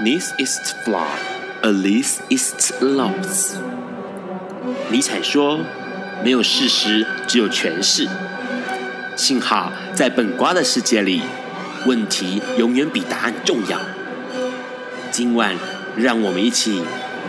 This is flawed, at least it's lost. 尼采说，没有事实，只有诠释。幸好在本瓜的世界里，问题永远比答案重要。今晚，让我们一起。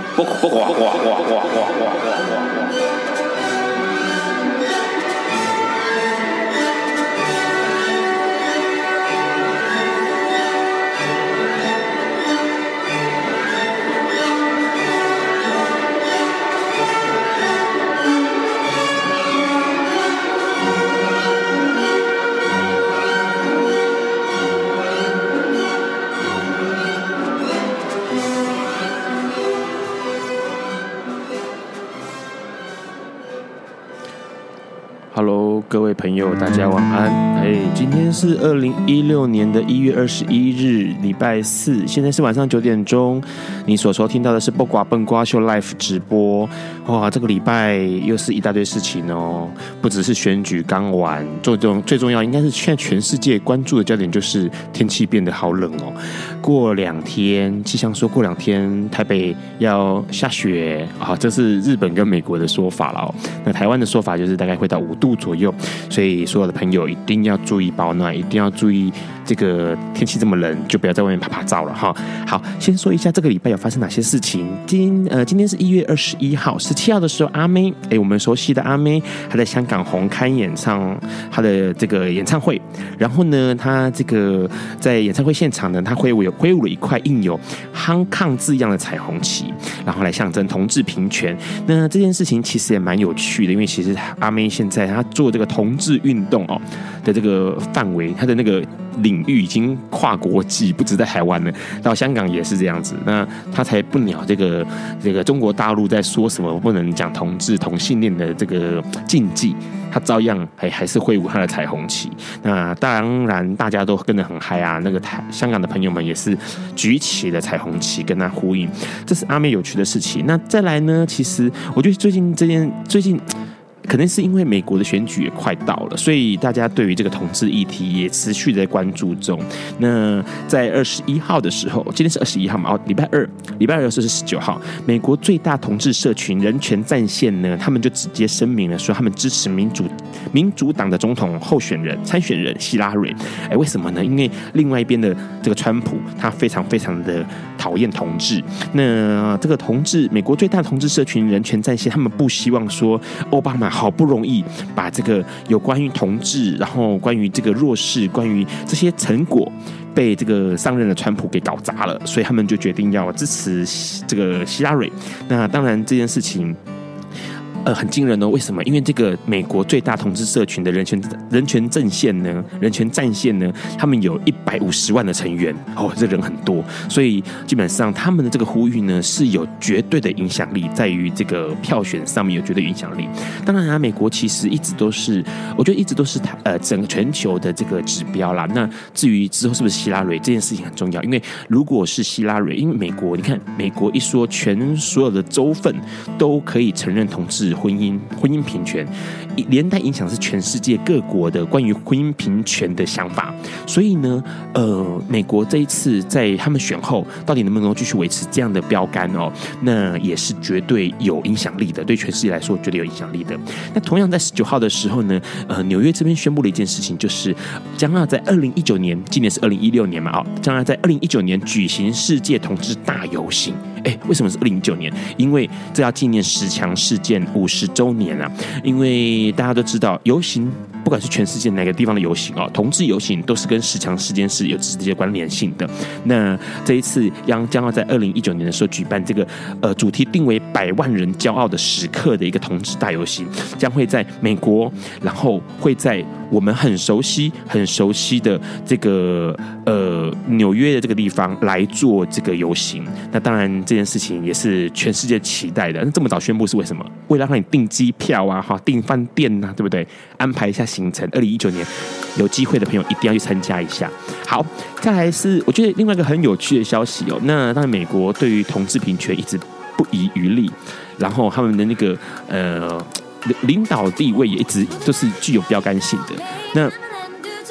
Hello， 各位朋友，大家晚安。今天是2016年的1月21日，礼拜四，现在是晚上9点钟。你所收听到的是不瓜笨瓜秀 Live 直播。哇，这个礼拜又是一大堆事情哦，不只是选举刚完，最重要应该是现在全世界关注的焦点就是天气变得好冷哦。过2天，气象说过2天台北要下雪啊，这是日本跟美国的说法了哦。那台湾的说法就是大概会到5度左右，所以所有的朋友一定要注意保暖，一定要注意这个天气这么冷，就不要在外面趴照了哈。好，先说一下这个礼拜有发生哪些事情。今天是1月21号，17号的时候，阿妹，我们熟悉的阿妹，她在香港红磡演唱她的这个演唱会，然后呢，她这个在演唱会现场呢，她挥舞了一块印有"Hong Kong" 字样的彩虹旗，然后来象征同志平权。那这件事情其实也蛮有趣的，因为其实阿妹现在她做这个同志运动的这个范围，她的那个领域已经跨国际，不止在台湾了，到香港也是这样子。那他才不鸟这个中国大陆在说什么不能讲同志同性恋的这个禁忌，他照样还是挥舞他的彩虹旗。那当然大家都跟得很嗨啊，那个香港的朋友们也是举起了彩虹旗跟他呼应，这是阿妹有趣的事情。那再来呢，其实我觉得最近可能是因为美国的选举也快到了，所以大家对于这个同志议题也持续在关注中。那在21号的时候，今天是21号嘛，礼拜二是19号，美国最大同志社群人权战线呢，他们就直接声明了说，他们支持民主党的总统参选人希拉蕊。为什么呢？因为另外一边的这个川普，他非常非常的讨厌同志。那这个美国最大的同志社群人权战线，他们不希望说奥巴马好不容易把这个有关于同志，然后关于这个弱势，关于这些成果被这个上任的川普给搞砸了，所以他们就决定要支持这个希拉蕊。那当然这件事情很惊人哦，为什么？因为这个美国最大同志社群的人权阵线呢，人权战线呢，他们有150万的成员这人很多，所以基本上他们的这个呼吁呢是有绝对的影响力，在于这个票选上面有绝对影响力。当然美国其实我觉得一直都是整个全球的这个指标啦。那至于之后是不是希拉蕊这件事情很重要，因为如果是希拉蕊，因为美国你看，美国一说所有的州份都可以承认同志婚姻平权，连带影响是全世界各国的关于婚姻平权的想法。所以呢，美国这一次在他们选后，到底能不能继续维持这样的标杆那也是绝对有影响力的，对全世界来说绝对有影响力的。那同样在19号的时候呢，纽约这边宣布了一件事情，就是将要在2019年，今年是2016年嘛，将要在2019年举行世界同志大游行。为什么是2019年？因为这要纪念10强事件50周年啊！因为大家都知道，游行不管是全世界哪个地方的游行同志游行都是跟10强事件是有直接关联性的。那这一次将要在2019年的时候举办这个主题定为100万人骄傲的时刻的一个同志大游行，将会在美国，然后会在我们很熟悉的这个纽约的这个地方来做这个游行。那当然这件事情也是全世界期待的。那这么早宣布是为什么？为了让你订机票啊，订饭店啊，对不对？安排一下行程。2019年有机会的朋友一定要去参加一下。好，再来是我觉得另外一个很有趣的消息那当然美国对于同志平权一直不遗余力，然后他们的那个领导地位也一直都是具有标杆性的。那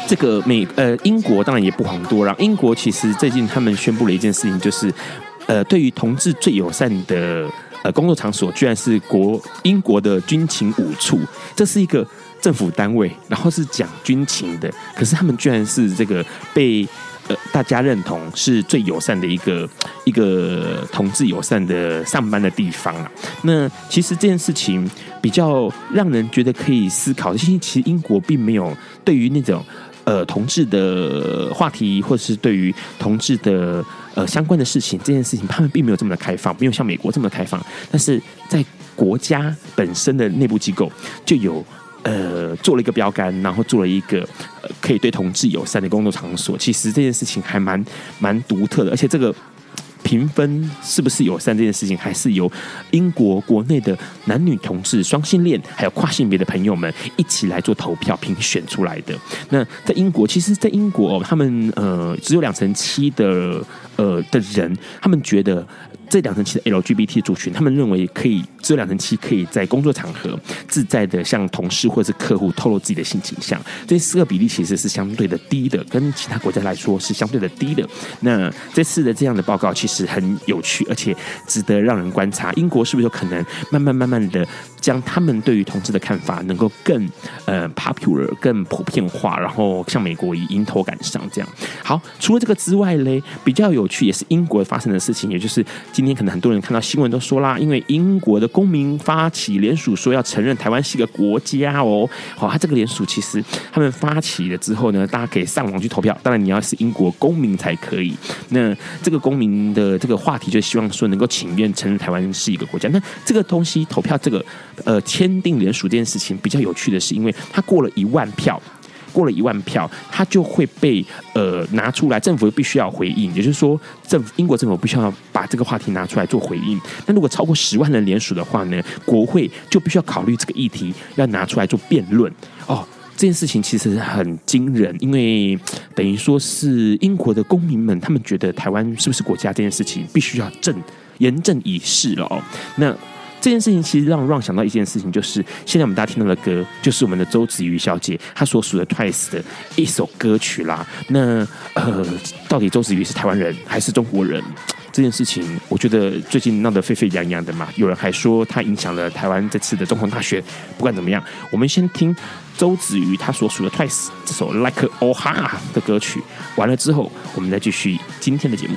这个英国当然也不遑多让。英国其实最近他们宣布了一件事情，就是对于同志最友善的工作场所，居然是英国的军情5处，这是一个政府单位，然后是讲军情的，可是他们居然是这个被大家认同是最友善的一个同志友善的上班的地方啊。那其实这件事情比较让人觉得可以思考，其实英国并没有对于那种同志的话题，或者是对于同志的相关的事情，这件事情他们并没有这么的开放，没有像美国这么的开放。但是在国家本身的内部机构就有做了一个标杆，然后做了一个可以对同志友善的工作场所。其实这件事情还蛮独特的，而且这个评分是不是友善这件事情，还是由英国国内的男女同志、双性恋还有跨性别的朋友们一起来做投票评选出来的。那在英国，其实，在英国他们只有2/7的人，他们觉得这2/7的 LGBT 族群，他们认为只有2/7可以在工作场合自在的向同事或者是客户透露自己的性倾向，这4个比例其实是相对的低的，跟其他国家来说是相对的低的。那这次的这样的报告其实很有趣，而且值得让人观察，英国是不是有可能慢慢的将他们对于同志的看法能够更popular、更普遍化，然后像美国迎头赶上这样。好，除了这个之外嘞，比较有趣也是英国发生的事情，也就是今天可能很多人看到新闻都说啦，因为英国的公民发起联署说要承认台湾是一个国家哦。好，他这个联署其实他们发起了之后呢，大家可以上网去投票，当然你要是英国公民才可以。那这个公民的这个话题就希望说能够请愿承认台湾是一个国家。那这个东西投票这个签订联署这件事情比较有趣的是，因为它过了1万票。它就会被拿出来，政府必须要回应，也就是说，英国政府必须要把这个话题拿出来做回应。那如果超过10万人联署的话呢，国会就必须要考虑这个议题，要拿出来做辩论。哦，这件事情其实很惊人，因为等于说是英国的公民们，他们觉得台湾是不是国家这件事情，必须要严正以示了哦。那这件事情其实让我想到一件事情，就是现在我们大家听到的歌，就是我们的周子瑜小姐她所属的 Twice 的一首歌曲啦。那到底周子瑜是台湾人还是中国人？这件事情我觉得最近闹得沸沸扬扬的嘛，有人还说她影响了台湾这次的总统大选。不管怎么样，我们先听周子瑜她所属的 Twice 这首 Like a Oha 的歌曲，完了之后我们再继续今天的节目。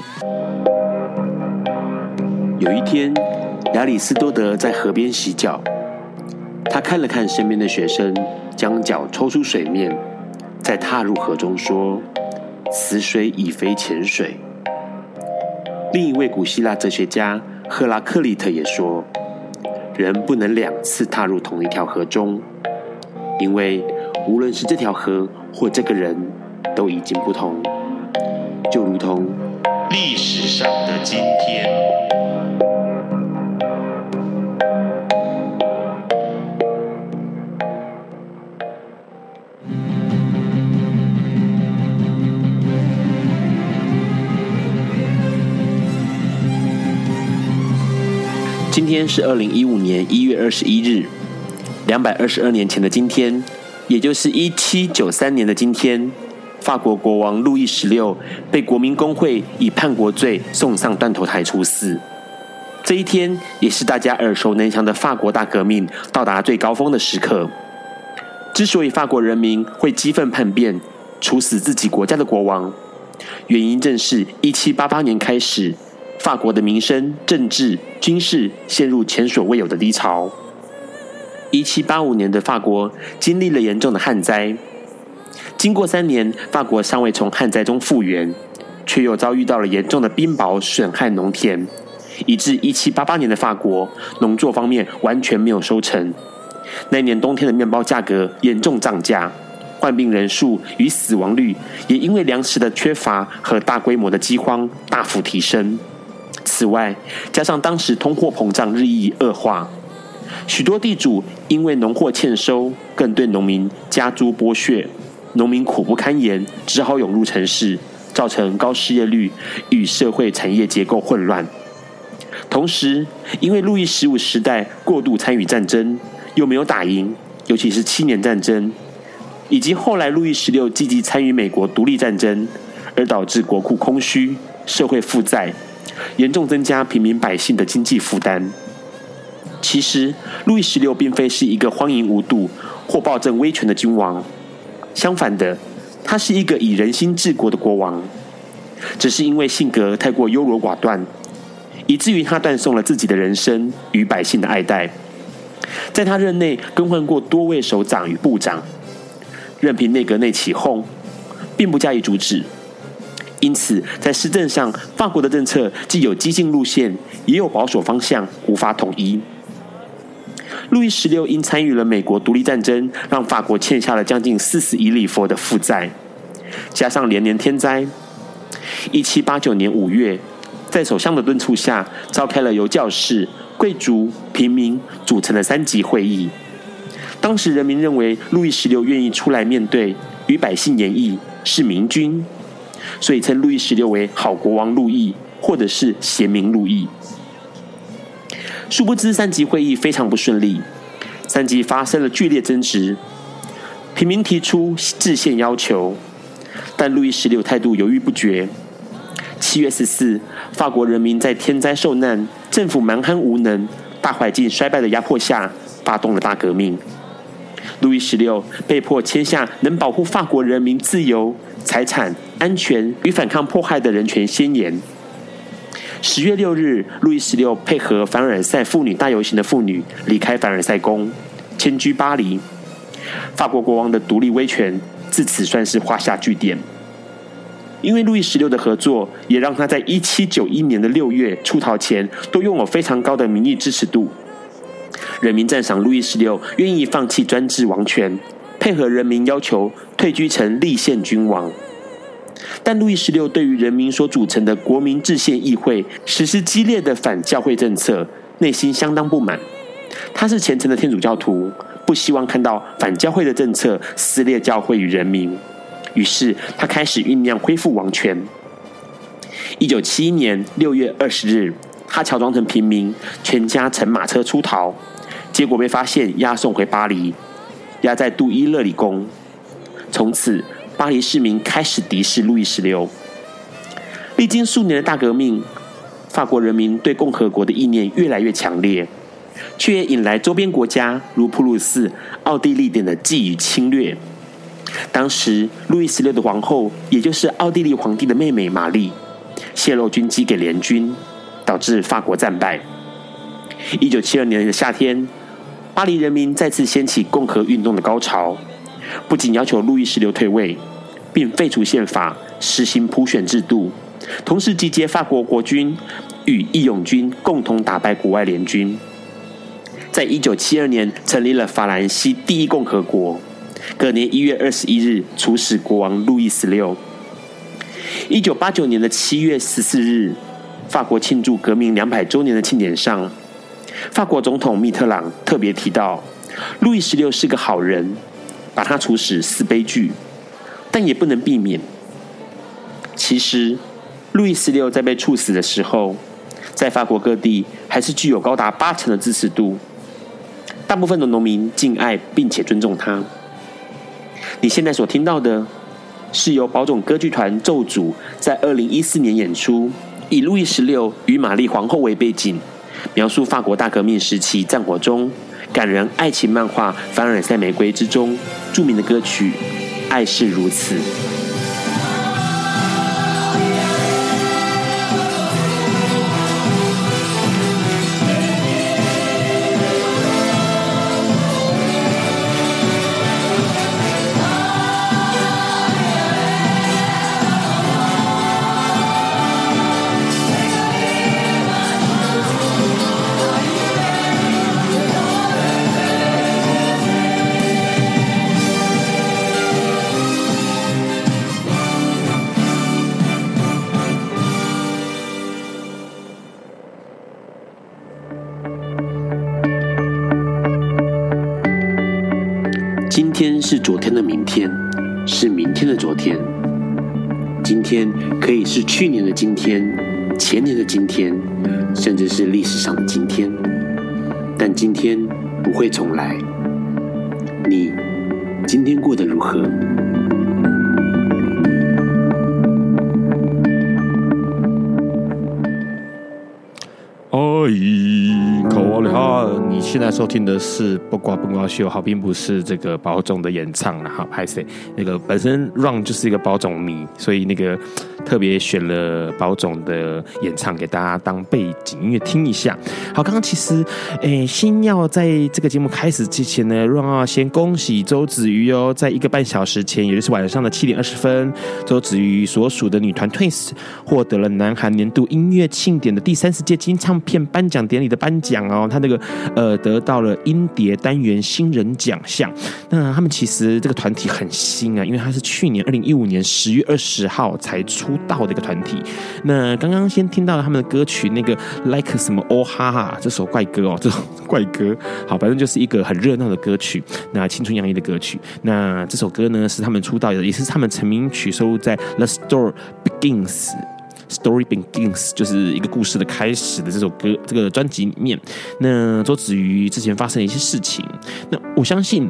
有一天，亚里斯多德在河边洗脚，他看了看身边的学生，将脚抽出水面，再踏入河中说：“此水已非前水。”另一位古希腊哲学家赫拉克利特也说：“人不能2次踏入同一条河中，因为无论是这条河或这个人，都已经不同，就如同历史上的今天。”今天是2015年1月21日，222年前的今天，也就是1793年的今天，法国国王路易16被国民公会以叛国罪送上断头台处死。这一天也是大家耳熟能详的法国大革命到达最高峰的时刻。之所以法国人民会激愤叛变，处死自己国家的国王，原因正是1788年开始，法国的民生、政治、军事陷入前所未有的低潮。1785年的法国经历了严重的旱灾，经过3年，法国尚未从旱灾中复原，却又遭遇到了严重的冰雹损害农田，以致1788年的法国农作方面完全没有收成。那年冬天的面包价格严重涨价，患病人数与死亡率也因为粮食的缺乏和大规模的饥荒大幅提升。此外，加上当时通货膨胀日益恶化，许多地主因为农货欠收，更对农民加租剥削，农民苦不堪言，只好涌入城市，造成高失业率与社会产业结构混乱。同时，因为路易15时代过度参与战争，又没有打赢，尤其是7年战争， 以及后来路易16积极参与美国独立战争，而导致国库空虚、社会负债，严重增加平民百姓的经济负担。其实，路易16并非是一个荒淫无度或暴政威权的君王，相反的，他是一个以人心治国的国王。只是因为性格太过优柔寡断，以至于他断送了自己的人生与百姓的爱戴。在他任内更换过多位首长与部长，任凭内阁内起哄，并不加以阻止。因此，在施政上，法国的政策既有激进路线，也有保守方向，无法统一。路易16因参与了美国独立战争，让法国欠下了将近40亿里弗的负债，加上连年天灾。1789年5月，在首相的敦促下，召开了由教士、贵族、平民组成的3级会议。当时人民认为路易16愿意出来面对，与百姓言议，是明君，所以称路易16为好国王路易，或者是贤明路易。殊不知3级会议非常不顺利，3级发生了剧烈争执，平民提出制宪要求，但路易16态度犹豫不决。7月14，法国人民在天灾受难、政府蛮横无能、大环境衰败的压迫下，发动了大革命。路易16被迫签下能保护法国人民自由、财产、安全与反抗迫害的人权宣言。10月6日，路易16配合凡尔赛妇女大游行的妇女离开凡尔赛宫，迁居巴黎。法国国王的独立威权自此算是画下句点。因为路易16的合作，也让他在1791年的6月出逃前都拥有非常高的民意支持度。人民赞赏路易16愿意放弃专制王权，配合人民要求退居成立宪君王。但路易16对于人民所组成的国民制宪议会实施激烈的反教会政策，内心相当不满。他是虔诚的天主教徒，不希望看到反教会的政策撕裂教会与人民，于是他开始酝酿恢复王权。1971年6月20日，他乔装成平民，全家乘马车出逃，结果被发现押送回巴黎，押在杜伊勒里宫。从此巴黎市民开始敌视路易16。历经数年的大革命，法国人民对共和国的意念越来越强烈，却也引来周边国家如普鲁士、奥地利等的觊觎侵略。当时路易16的皇后，也就是奥地利皇帝的妹妹玛丽，泄露军机给联军，导致法国战败。1972年的夏天，巴黎人民再次掀起共和运动的高潮，不仅要求路易16退位，并废除宪法，实行普选制度，同时集结法国国军与义勇军共同打败国外联军。在1972年成立了法兰西第一共和国，隔年1月21日处死国王路易16。1989年的7月14日，法国庆祝革命200周年的庆典上，法国总统密特朗特别提到，路易16是个好人，把他处死是悲剧，但也不能避免。其实，路易16在被处死的时候，在法国各地还是具有高达80%的支持度，大部分的农民敬爱并且尊重他。你现在所听到的，是由宝冢歌剧团咒诅在2014年演出，以路易16与玛丽皇后为背景，描述法国大革命时期战火中感人爱情漫画《凡尔赛玫瑰》之中著名的歌曲《爱是如此》。今天是昨天的明天，是明天的昨天。今天可以是去年的今天、前年的今天，甚至是历史上的今天。但今天不会重来。你今天过得如何？ 你现在收听的是不瓜不瓜秀，好，并不是这个宝总的演唱了哈，拍谁？那个本身 Ron 就是一个宝总迷，所以那个特别选了宝总的演唱给大家当背景音乐听一下。好，刚刚其实先要在这个节目开始之前呢 ，Ron 要先恭喜周子瑜哦，在1个半小时前，也就是晚上的7点20分，周子瑜所属的女团 Twins 获得了南韩年度音乐庆典的第30届金唱片颁奖典礼的颁奖哦，他那个得到了音碟单元新人奖项。那他们其实这个团体很新啊，因为他是去年2015年10月20号才出道的一个团体。那刚刚先听到了他们的歌曲，那个 Like 什么哦哈哈这首怪歌哦，这首怪歌，好，反正就是一个很热闹的歌曲，那青春洋溢的歌曲。那这首歌呢是他们出道的，也是他们成名曲，收录在 The Story Begins 就是一个故事的开始的这首歌，这个专辑里面，那周子瑜之前发生的一些事情，那我相信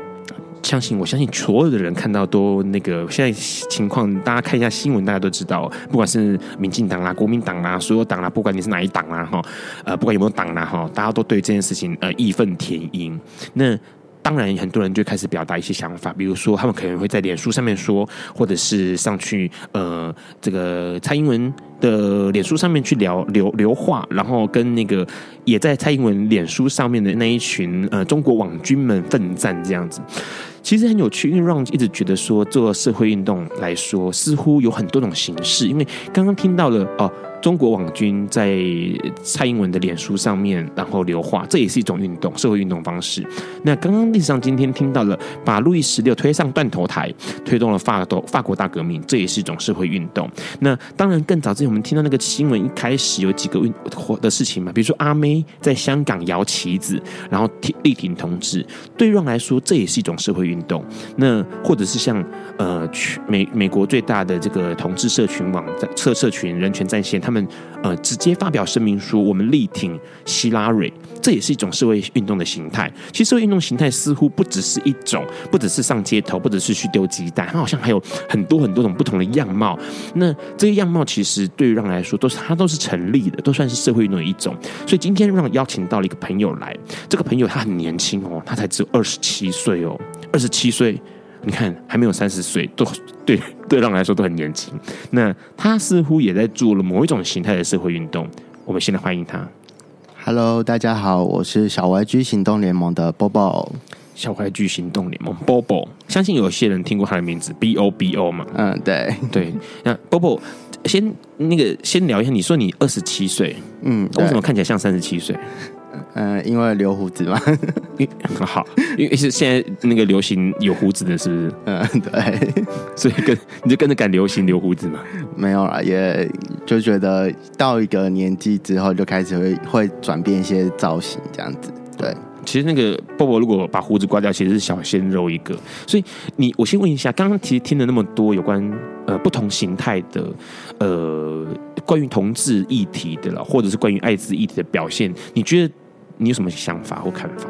所有的人看到都那个现在情况，大家看一下新闻，大家都知道，不管是民进党啦、国民党啦、所有党啦，不管你是哪一党啦，不管有没有党啦，大家都对这件事情义愤填膺。那当然，很多人就开始表达一些想法，比如说他们可能会在脸书上面说，或者是上去这个蔡英文的脸书上面去留话，然后跟那个也在蔡英文脸书上面的那一群中国网军们奋战这样子。其实很有趣，因为 Ron 一直觉得说，做社会运动来说，似乎有很多种形式。因为刚刚听到了中国网军在蔡英文的脸书上面，然后留话，这也是一种运动，社会运动方式。那刚刚历史上今天听到了，把路易16推上断头台，推动了法国大革命，这也是一种社会运动。那当然，更早之前我们听到那个新闻，一开始有几个的事情嘛，比如说阿妹在香港摇旗子，然后力挺同志，对Ron来说，这也是一种社会运动。那或者是像美国最大的这个同志社群社群人权战线，他们直接发表声明说，我们力挺希拉蕊，这也是一种社会运动的形态。其实社会运动形态似乎不只是一种，不只是上街头，不只是去丢鸡蛋，它好像还有很多很多种不同的样貌。那这个样貌其实对于Ron来说，它都是成立的，都算是社会运动的一种。所以今天Ron邀请到了一个朋友来，这个朋友他很年轻哦，他才只有27岁哦，27岁。你看，还没有30岁，都对Ron来说都很年轻。那他似乎也在做了某一种形态的社会运动。我们先来欢迎他。 Hello， 大家好，我是小YG行动联盟的 Bobo。 小YG行动联盟 Bobo， 相信有些人听过他的名字 BOBO 嘛。 对。 那 Bobo， 先聊一下，你说你27岁，为什么看起来像37岁？ 因为留胡子嘛。 好，因为是现在那个流行有胡子的，是不是？ 对。 所以你就跟着赶流行留胡子嘛？ 没有啦，也就觉得到一个年纪之后，就开始会转变一些造型这样子。对。 其实那个Bobo如果把胡子刮掉，其实是小鲜肉一个。所以我先问一下，刚刚其实听了那么多有关不同形态的关于同志议题的啦，或者是关于艾滋议题的表现，你觉得你有什么想法或看法？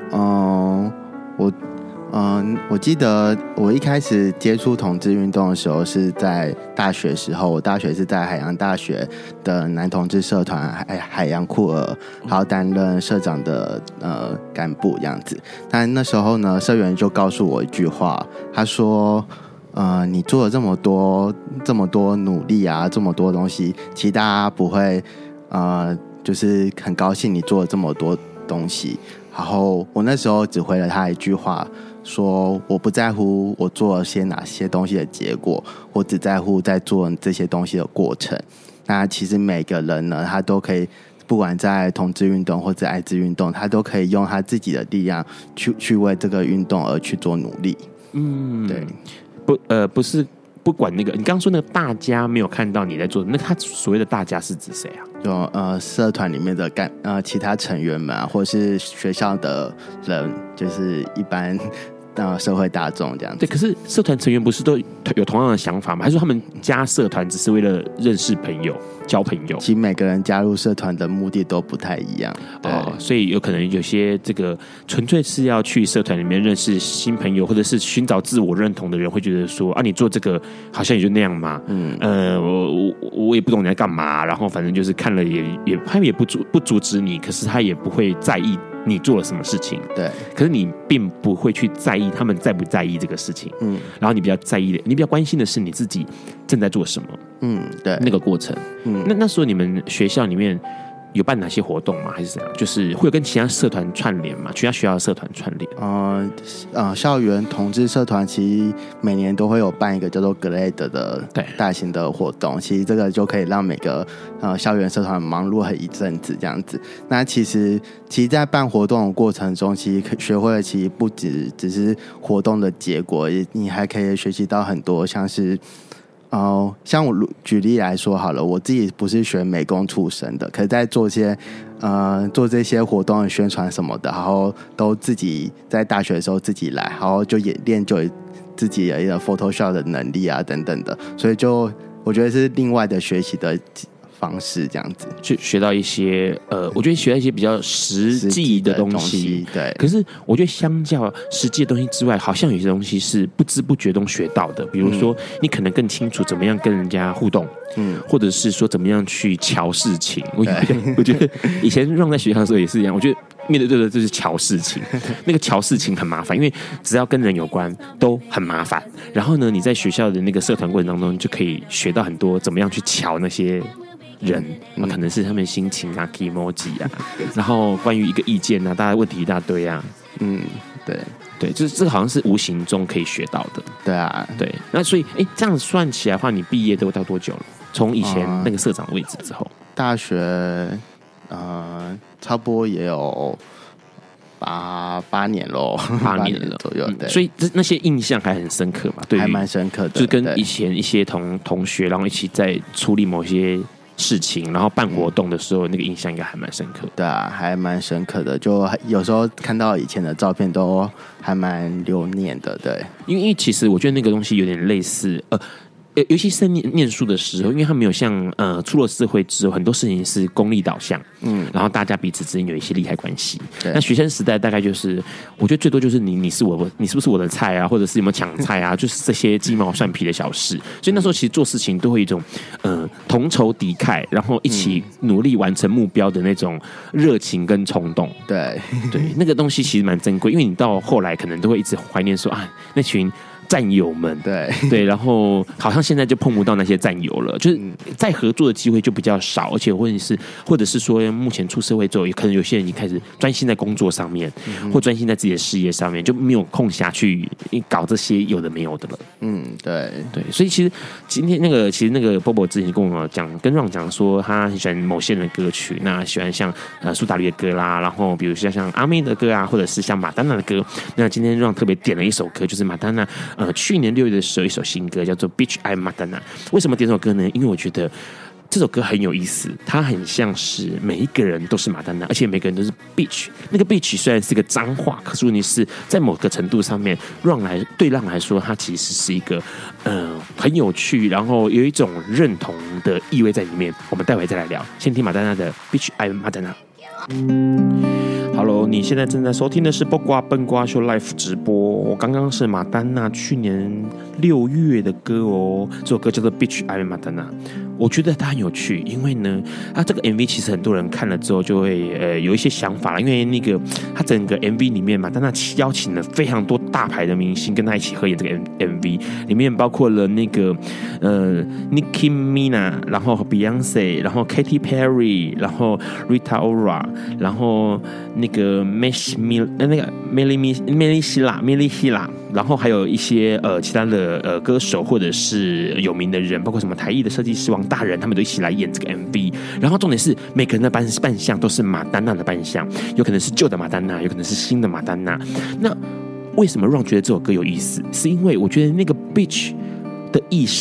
我记得我一开始接触同志运动的时候是在大学时候，我大学是在海洋大学的男同志社团海洋酷儿，还要担任社长的干部这样子。但那时候呢，社员就告诉我一句话，他说你做了这么多努力啊，这么多东西，其实大家不会就是很高兴你做了这么多东西。然后我那时候只回了他一句话，说我不在乎我做了些哪些东西的结果，我只在乎在做这些东西的过程。那其实每个人呢，他都可以，不管在同志运动或者艾滋运动，他都可以用他自己的力量去为这个运动而去做努力。对， 不是。不管那个，你刚刚说那个大家没有看到你在做，那他所谓的大家是指谁啊？ 就社团里面的其他成员们啊，或是学校的人，就是一般社会大众这样子。 对，可是社团成员不是都有同样的想法吗？还是说他们加社团只是为了认识朋友、交朋友？ 其实每个人加入社团的目的都不太一样所以有可能有些这个纯粹是要去社团里面认识新朋友，或者是寻找自我认同的人，会觉得说啊，你做这个好像也就那样嘛，我也不懂你在干嘛，然后反正就是看了他也不阻止你，可是他也不会在意你做了什么事情， 对， 可是你并不会去在意他们在不在意这个事情，然后你比较在意的，你比较关心的是你自己正在做什么， 对， 那个过程，那时候你们学校里面有办哪些活动吗？还是怎样？就是会有跟其他社团串联吗？其他学校的社团串联？ 校园同志社团其实每年都会有办一个叫做 GLAD 的大型的活动，其实这个就可以让每个校园社团忙碌一阵子这样子。那其实在办活动的过程中，其实学会了其实不只是活动的结果，你还可以学习到很多，像是。像我举例来说好了，我自己不是学美工出身的，可是在做这些活动的宣传什么的，然后都自己在大学的时候自己来，然后就也练就自己的一个 Photoshop 的能力啊等等的，所以就我觉得是另外的学习的方式，这样子去学到一些我觉得学到一些比较实际的东西， 对。 可是我觉得相较实际的东西之外，好像有些东西是不知不觉中学到的，比如说你可能更清楚怎么样跟人家互动，或者是说怎么样去瞧事情。我觉得以前让在学校的时候也是一样，我觉得面对的就是瞧事情，那个瞧事情很麻烦，因为只要跟人有关都很麻烦。然后呢，你在学校的那个社团过程当中，就可以学到很多怎么样去瞧那些人，可能是他们心情啊、emoji 啊，然后关于一个意见啊，大家问题一大堆啊，对，就是这个好像是无形中可以学到的， 对啊， 对。那所以，这样算起来的话，你毕业都到多久了？从以前那个社长的位置之后， 大学差不多也有8年咯，8年左右，对。 所以那些印象还很深刻嘛？对， 还蛮深刻的， 就是跟以前一些同学，然后一起在处理某些事情，然后办活动的时候，那个印象应该还蛮深刻的。 对啊，还蛮深刻的。就有时候看到以前的照片，都还蛮留念的。对， 因为其实我觉得那个东西有点类似尤其是在念书的时候，因为他没有像出了社会之后，很多事情是功利导向，然后大家彼此之间有一些利害关系。那学生时代大概就是，我觉得最多就是你是不是我的菜啊，或者是有没有抢菜啊，就是这些鸡毛蒜皮的小事。所以那时候其实做事情都会有一种同仇敌忾，然后一起努力完成目标的那种热情跟冲动。 对， 那个东西其实蛮珍贵，因为你到后来可能都会一直怀念说啊，那群战友们，对，然后好像现在就碰不到那些战友了，就是再合作的机会就比较少，而且或者是说，目前出社会之后，可能有些人已经开始专心在工作上面，或专心在自己的事业上面，就没有空暇去搞这些有的没有的了。对，所以其实今天那个 Bobo 之前跟我讲，跟 Ron 讲说，他很喜欢某些人的歌曲，那喜欢像苏打绿的歌啦，然后比如说像阿妹的歌啊，或者是像马丹娜的歌。那今天 Ron 特别点了一首歌，就是马丹娜去年6月的时候一首新歌叫做 Bitch I'm Madonna。 为什么点这首歌呢？因为我觉得这首歌很有意思，它很像是每一个人都是马丹娜，而且每个人都是 bitch。 那个 bitch 虽然是个脏话，可是问题是在某个程度上面对让来说，它其实是一个很有趣，然后有一种认同的意味在里面。我们待会再来聊，先听马丹娜的 Bitch I'm Madonna。Hello， 你现在正在收听的是不瓜笨瓜秀 Live 直播。我刚刚是马丹娜去年6月的歌哦，这首歌叫做 Bitch I'm Madonna。我觉得它很有趣，因为呢，这个 MV 其实很多人看了之后就会有一些想法，因为那个它整个 MV 里面马丹娜邀请了非常多大牌的明星跟他一起合演这个 MV， 里面包括了那个Nicki Minaj， 然后 Beyonce， 然后 Katy Perry， 然后 Rita Ora， 然后那个 Millie Hila， 然后还有一些其他的歌手或者是有名的人，包括什么台艺的设计师王大人，他们都一起来演这个 MV。然后重点是每个人的扮相都是马丹娜的扮相，有可能是旧的马丹娜，有可能是新的马丹娜。那为什么让觉得这首歌有意思？是因为我觉得那个 bitch 的意识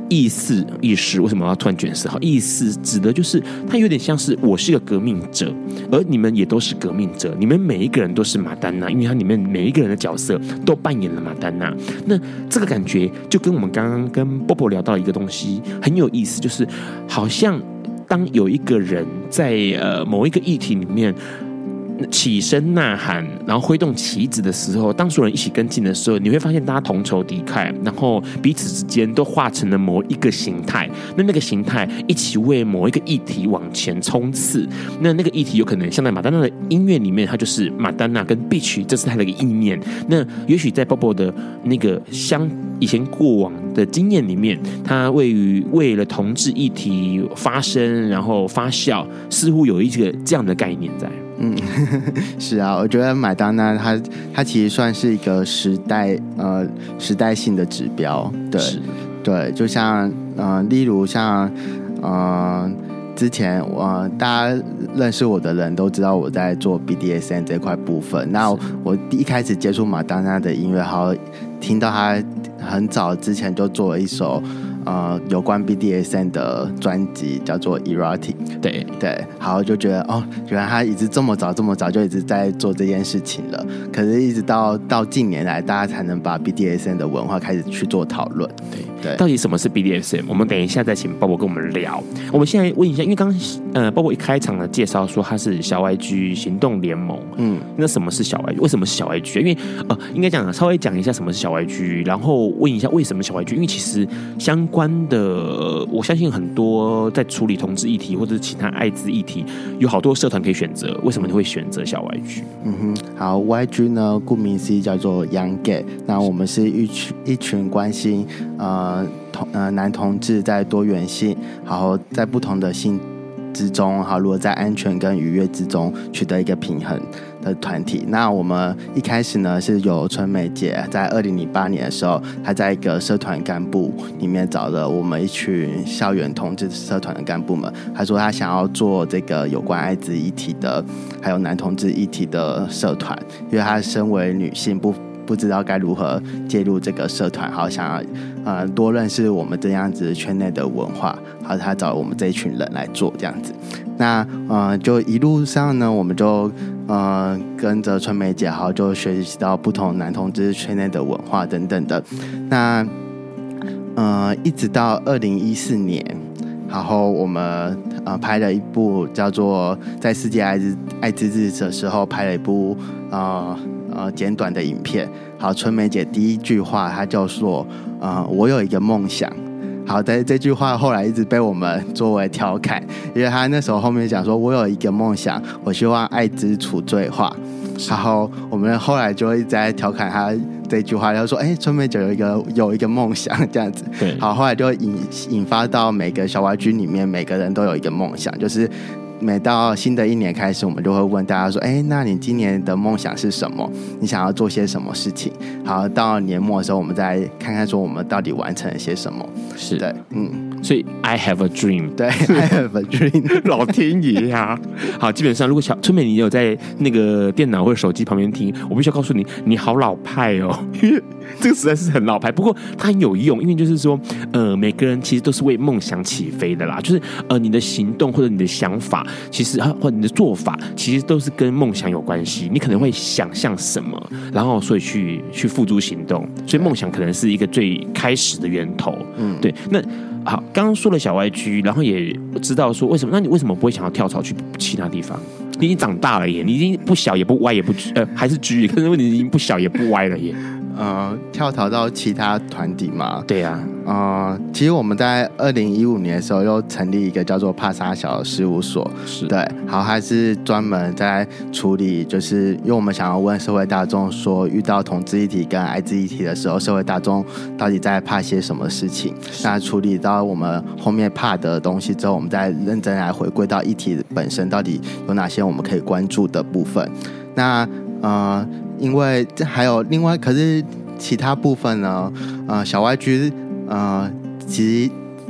意识，为什么要突然卷舌？好，意识指的就是它有点像是我是个革命者，而你们也都是革命者，你们每一个人都是马丹娜，因为它里面每一个人的角色都扮演了马丹娜。那这个感觉就跟我们刚刚跟波波聊到一个东西很有意思，就是好像当有一个人在某一个议题里面起身呐喊，然后挥动旗子的时候，当所有人一起跟进的时候，你会发现大家同仇敌忾，然后彼此之间都化成了某一个形态。那个形态一起为某一个议题往前冲刺。那个议题有可能像在马丹娜的音乐里面，它就是马丹娜跟 Beach， 这是它的一个意念。那也许在 Bobo 的那个以前过往的经验里面，他为了同志议题发声，然后发酵，似乎有一个这样的概念在。 是啊，我觉得麦当娜它其实算是一个时代性的指标，对对，就像例如像之前大家认识我的人都知道我在做 BDSM 这块部分。那我一开始接触麦当娜的音乐，好听到他很早之前就做了一首有关 BDSM 的专辑，叫做 Erotic。 对对，好，就觉得原来他一直这么早就一直在做这件事情了。可是一直到近年来，大家才能把 BDSM 的文化开始去做讨论。对，到底什么是 BDSM？ 我们等一下再请Bobo跟我们聊。我们现在问一下，因为刚刚Bobo一开场的介绍说他是小 YG 行动联盟，那什么是小 YG？ 为什么是小 YG？ 因为应该稍微讲一下什么是小 YG， 然后问一下为什么小 YG？ 因为其实相关的，我相信很多在处理同志议题或者是其他艾滋议题，有好多社团可以选择。为什么你会选择小 YG？ 好 ，YG 呢，顾名思义叫做 Young Gay。那我们是一群关心男同志在多元性，然后在不同的性之中，好，如果在安全跟愉悦之中取得一个平衡的团体。那我们一开始呢是由春美姐在2008年的时候，她在一个社团干部里面找了我们一群校园同志社团的干部们，她说她想要做这个有关艾滋议题的还有男同志议题的社团，因为她身为女性不知道该如何介入这个社团，好想要多认识我们这样子圈内的文化，好，他找我们这一群人来做这样子。那就一路上呢，我们就跟着春梅姐，好，就学习到不同男同志圈内的文化等等的。那一直到2014年，然后我们拍了一部叫做在世界艾滋日的时候拍了一部简短的影片。好，春梅姐第一句话她就说我有一个梦想。好，但是这句话后来一直被我们作为调侃，因为她那时候后面讲说我有一个梦想，我希望艾滋除罪化。然后我们后来就一直在调侃她这句话，就说春梅姐有一个梦想这样子。对，好，后来就引发到每个小 YG 里面每个人都有一个梦想，就是每到新的一年开始，我们就会问大家说那你今年的梦想是什么？你想要做些什么事情？好，到年末的时候我们再看看说我们到底完成了些什么。 是的，所以 I have a dream， 对I have a dream 老天爷啊。好，基本上如果春梅你有在那个电脑或者手机旁边听，我必须要告诉你，你好老派哦，因为这个实在是很老派，不过它很有用，因为就是说每个人其实都是为梦想起飞的啦，就是你的行动或者你的想法，其实或者你的做法，其实都是跟梦想有关系。你可能会想象什么，然后所以去付诸行动，所以梦想可能是一个最开始的源头。对。那好，刚刚说了小 YG， 然后也知道说为什么，那你为什么不会想要跳槽去其他地方？你已经长大了耶，你已经不小也不歪也不还是 G， 可是你已经不小也不歪了耶。 跳槽到其他团体嘛？ 对啊。 其实我们在2015年的时候又成立一个叫做帕沙小事务所，是对，好，还是专门在处理，就是因为我们想要问社会大众说，遇到同志议题跟艾滋议题的时候，社会大众到底在怕些什么事情？那处理到我们后面怕的东西之后，我们再认真来回归到议题本身，到底有哪些我们可以关注的部分？那因为这还有另外，可是其他部分呢，小 YG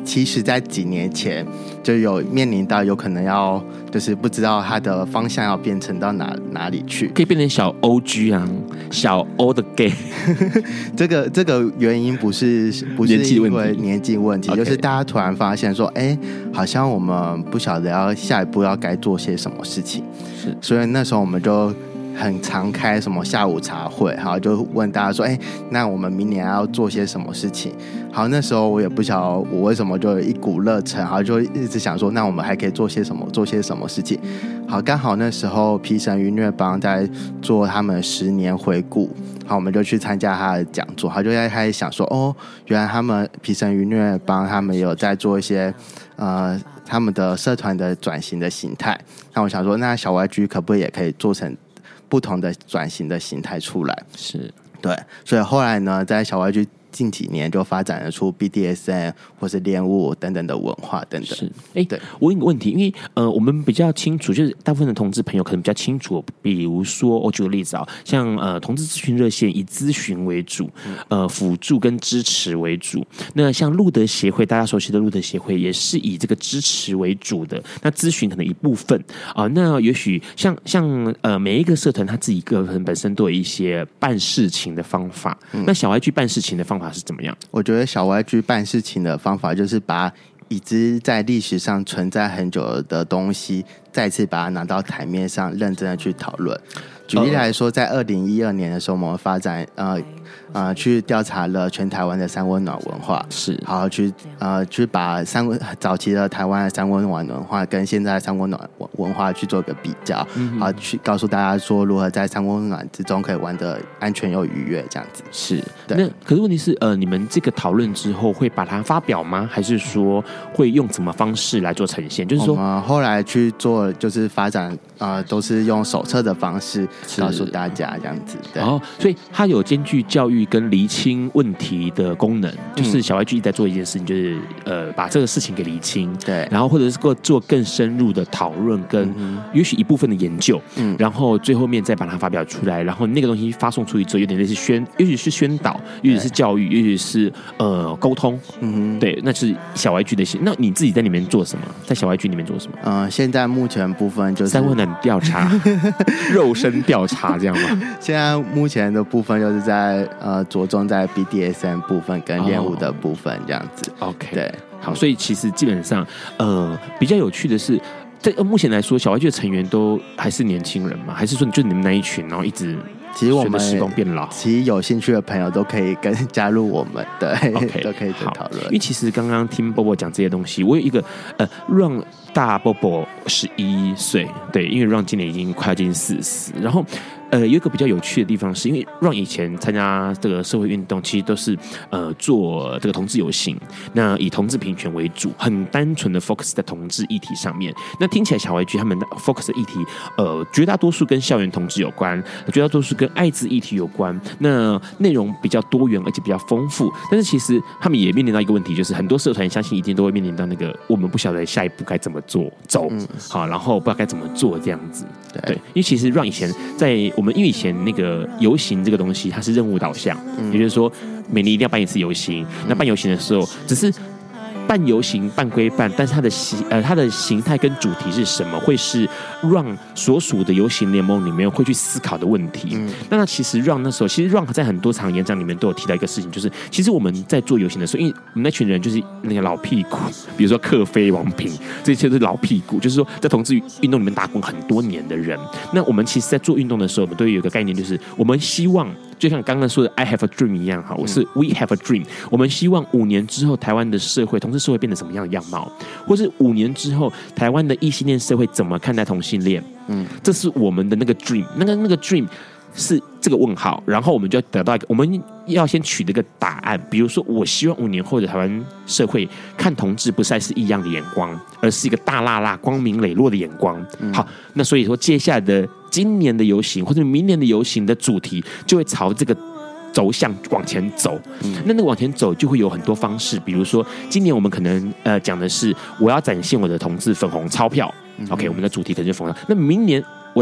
其实在几年前就有面临到有可能要就是不知道它的方向要变成到哪里去， 可以变成小 OG 啊，小 O 的 gay 这个原因不是因为年纪问题，就是大家突然发现说好像我们不晓得要下一步要该做些什么事情， 是， 所以那时候我们就很常开什么下午茶会，好，就问大家说那我们明年要做些什么事情。好，那时候我也不晓得我为什么就有一股热忱，好，就一直想说那我们还可以做些什么事情。好，刚好那时候皮神愉虐帮在做他们10年回顾，好，我们就去参加他的讲座。他就在开始想说原来他们皮神愉虐帮他们有在做一些他们的社团的转型的形态。那我想说那小 YG 可不可以也可以做成不同的转型的形态出来？ 是，对， 所以后来呢，在小 YG 近几年就发展了出 BDSM 或是恋物等等的文化等等。 是，对，我问一个问题，因为我们比较清楚，就是大部分的同志朋友可能比较清楚，比如说我举个例子像同志咨询热线以咨询为主，辅助跟支持为主。那像路德协会，大家熟悉的路德协会也是以这个支持为主的，那咨询可能一部分那也许像每一个社团他自己个人本身都有一些办事情的方法。那小 YG 办事情的方法是怎么样？ 我觉得小 YG 办事情的方法就是把已知在历史上存在很久的东西再次把它拿到台面上认真的去讨论。举例来说，在2012年的时候，我们发展去调查了全台湾的三温暖文化， 是， 好去把早期的台湾的三温暖文化跟现在的三温暖文化去做个比较，好去告诉大家说如何在三温暖之中可以玩得安全又愉悦，这样子。 是，那可是问题是你们这个讨论之后会把它发表吗？还是说会用什么方式来做呈现？就是说， 我们后来去做就是发展都是用手册的方式告诉大家这样子。对， 所以它有兼具教育跟厘清问题的功能，就是小 YG 在做一件事情，就是把这个事情给厘清， 对， 然后或者是做更深入的讨论，跟也许一部分的研究，然后最后面再把它发表出来，然后那个东西发送出去之后，有点类似也许是宣导，也许是教育，也许是沟通，对，那是小 YG 的。那你自己在里面做什么？在小 YG 里面做什么？ 现在目前部分就是三温暖调查、肉身调查这样吗？ 现在目前的部分就是在着重在 BDSM 部分跟恋物的部分这样子。 OK， 对， 好，所以其实基本上比较有趣的是，在目前来说，小 YG 的成员都还是年轻人吗？还是说就你们那一群，然后一直其实我们时光变老， 其实有兴趣的朋友都可以加入我们，对， okay， 都可以讨论。 因为其实刚刚听波波讲这些东西，我有一个让大波波11岁，对，因为让今年已经快要接近40，然后有一个比较有趣的地方是，因为让以前参加这个社会运动，其实都是做这个同志游行，那以同志平权为主，很单纯的 focus 在同志议题上面。那听起来小 YG 他们的 focus 的议题，绝大多数跟校园同志有关，绝大多数跟艾滋议题有关。那内容比较多元，而且比较丰富。但是其实他们也面临到一个问题，就是很多社团相信一定都会面临到那个我们不晓得下一步该怎么走，好，然后不知道该怎么做这样子。对，因为其实让以前在我们因为以前那个游行这个东西，它是任务导向，也就是说每年一定要办一次游行。那办游行的时候，只是办游行办归办，但是它的形态跟主题是什么，会是让所属的游行联盟里面会去思考的问题。那其实让那时候，其实让在很多场演讲里面都有提到一个事情，就是其实我们在做游行的时候，因为我们那群人就是那个老屁股，比如说克飞、王平，这些都是老屁股，就是说在同志运动里面打滚很多年的人。那我们其实，在做运动的时候，我们都有一个概念，就是我们希望。就像刚刚说的 I have a dream 一样，我是 We have a dream。我们希望5年之后台湾的社会，同志社会变成什么样的样貌，或是5年之后台湾的异性恋社会怎么看待同性恋？这是我们的那个 dream， 那个 dream 是这个问号，然后我们就得到一个，我们要先取得一个答案。比如说，我希望5年后的台湾社会看同志不再是异样的眼光，而是一个大辣辣、光明磊落的眼光。好，那所以说接下来的今年的游行或者明年的游行的主题就会朝这个走向往前走。那个往前走就会有很多方式，比如说今年我们可能讲的是我要展现我的同志粉红钞票。OK， 我们的主题可能是粉红。那明年我的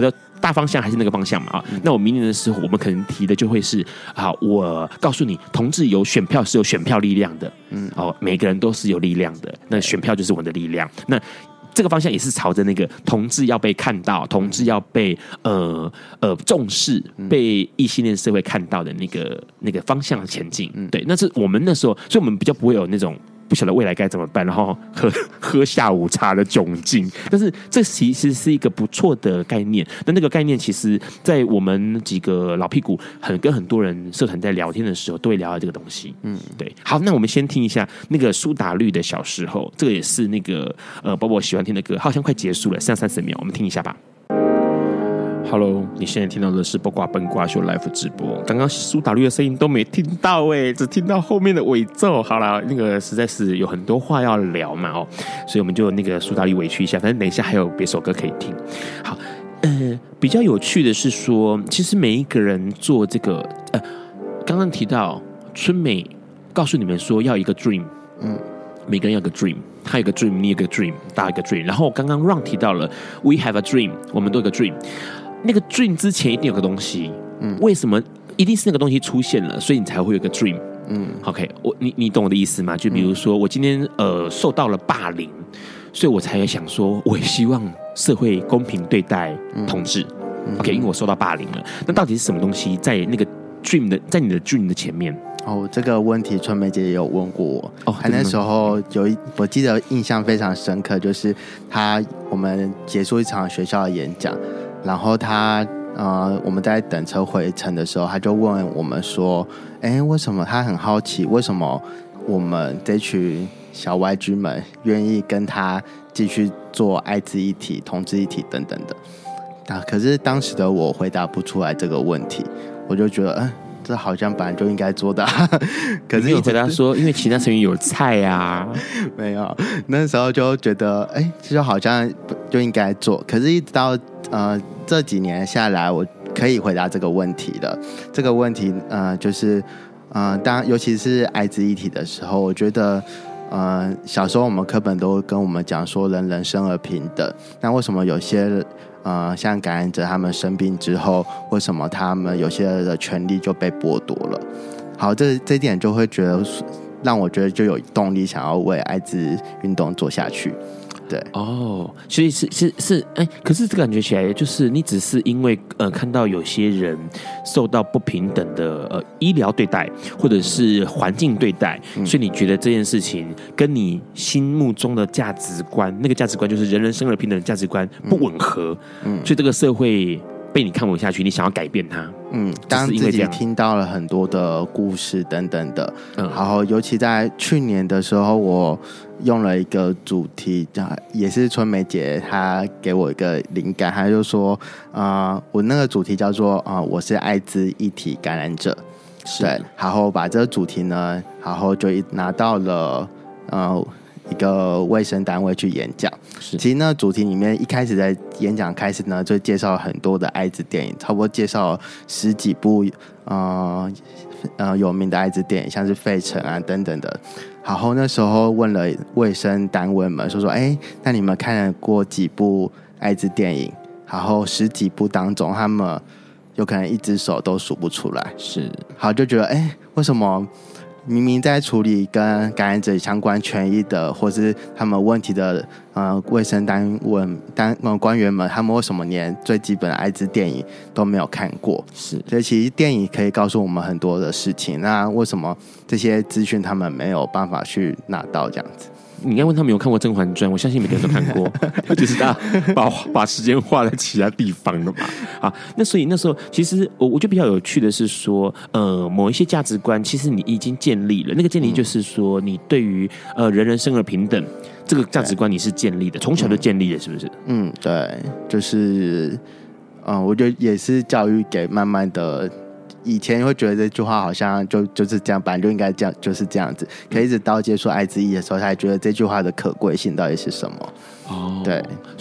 大方向还是那个方向嘛那我明年的时候，我们可能提的就会是我告诉你，同志有选票是有选票力量的，每个人都是有力量的，那选票就是我们的力量。那这个方向也是朝着那个同志要被看到，同志要被重视，被异性恋社会看到的那个方向前进。对，那是我们那时候，所以我们比较不会有那种不晓得未来该怎么办，然后喝下午茶的窘境。但是这其实是一个不错的概念。那个概念其实，在我们几个老屁股跟很多人社团在聊天的时候，都会聊到这个东西。对。好，那我们先听一下那个苏打绿的小时候，这个也是那个包包喜欢听的歌，好像快结束了，剩下30秒，我们听一下吧。Hello， 你现在听到的是八卦笨瓜秀 Live 直播。刚刚苏打绿的声音都没听到只听到后面的尾奏。好啦，那个实在是有很多话要聊嘛所以我们就那个苏打绿委屈一下，反正等一下还有别首歌可以听。好，比较有趣的是说，其实每一个人做这个，刚刚提到春美告诉你们说要一个 dream，每个人要有个 dream， 他有个 dream， 你有个 dream， 大家有个 dream。然后刚刚 Ron 提到了 we have a dream， 我们都有个 dream。那个 dream 之前一定有个东西，为什么一定是那个东西出现了，所以你才会有个 dream？OK， 你懂我的意思吗？就比如说我今天受到了霸凌，所以我才想说，我也希望社会公平对待同志。OK， 因为我受到霸凌了，那到底是什么东西在那个 dream 的，在你的 dream 的前面？ 这个问题春梅姐也有问过我。她那时候我记得印象非常深刻，就是我们结束一场学校的演讲，然后我们在等车回程的时候，他就问我们说：“为什么？”他很好奇，为什么我们这群小 YG 们愿意跟他继续做艾滋议题、同志议题等等的。可是当时的我回答不出来这个问题，我就觉得，这好像本来就应该做的。可是你有回答说，因为其他成员有菜啊， 没有。那时候就觉得，就好像就应该做。可是，一直到这几年下来，我可以回答这个问题了。这个问题，就是尤其是艾滋议题的时候，我觉得。小时候我们课本都跟我们讲说人生而平等，那为什么有些像感染者他们生病之后，为什么他们有些的权利就被剥夺了？好，这点就会觉得让我觉得就有动力想要为艾滋运动做下去。对所以是可是这感觉起来就是你只是因为看到有些人受到不平等的医疗对待或者是环境对待，所以你觉得这件事情跟你心目中的价值观，那个价值观就是人生而平等的价值观不吻合，所以这个社会被你看不下去，你想要改变它。 当自己听到了很多的故事等等的，然后尤其在去年的时候，我用了一个主题，也是春梅姐她给我一个灵感，她就说，我那个主题叫做我是艾滋议题感染者，对，然后把这个主题呢，然后就拿到了一个卫生单位去演讲。其实那主题里面一开始在演讲开始呢，就介绍了很多的艾滋电影，差不多介绍了10几部有名的艾滋电影，像是费城啊等等的。然后那时候问了卫生单位们说那你们看过几部艾滋电影？然后10几部当中，他们有可能一只手都数不出来。 是， 好，就觉得为什么明明在处理跟感染者相关权益的，或是他们问题的卫生单位官员们，他们为什么连最基本的艾滋电影都没有看过？ 是， 所以其实电影可以告诉我们很多的事情。那为什么这些资讯他们没有办法去拿到这样子？ 你应该问他们有看过《甄嬛传》，我相信每个人都看过，只是大家把时间花在其他地方了嘛。好，那所以那时候其实我觉得比较有趣的是说，某一些价值观其实你已经建立了，那个建立就是说你对于人生而平等这个价值观你是建立的，从小就建立的，是不是？ 对，就是我觉得也是教育给慢慢的。以前会觉得这句话好像就是这样，本来就应该这样，就是这样子。可一直到接触艾滋疫的时候，才觉得这句话的可贵性到底是什么？对， 所以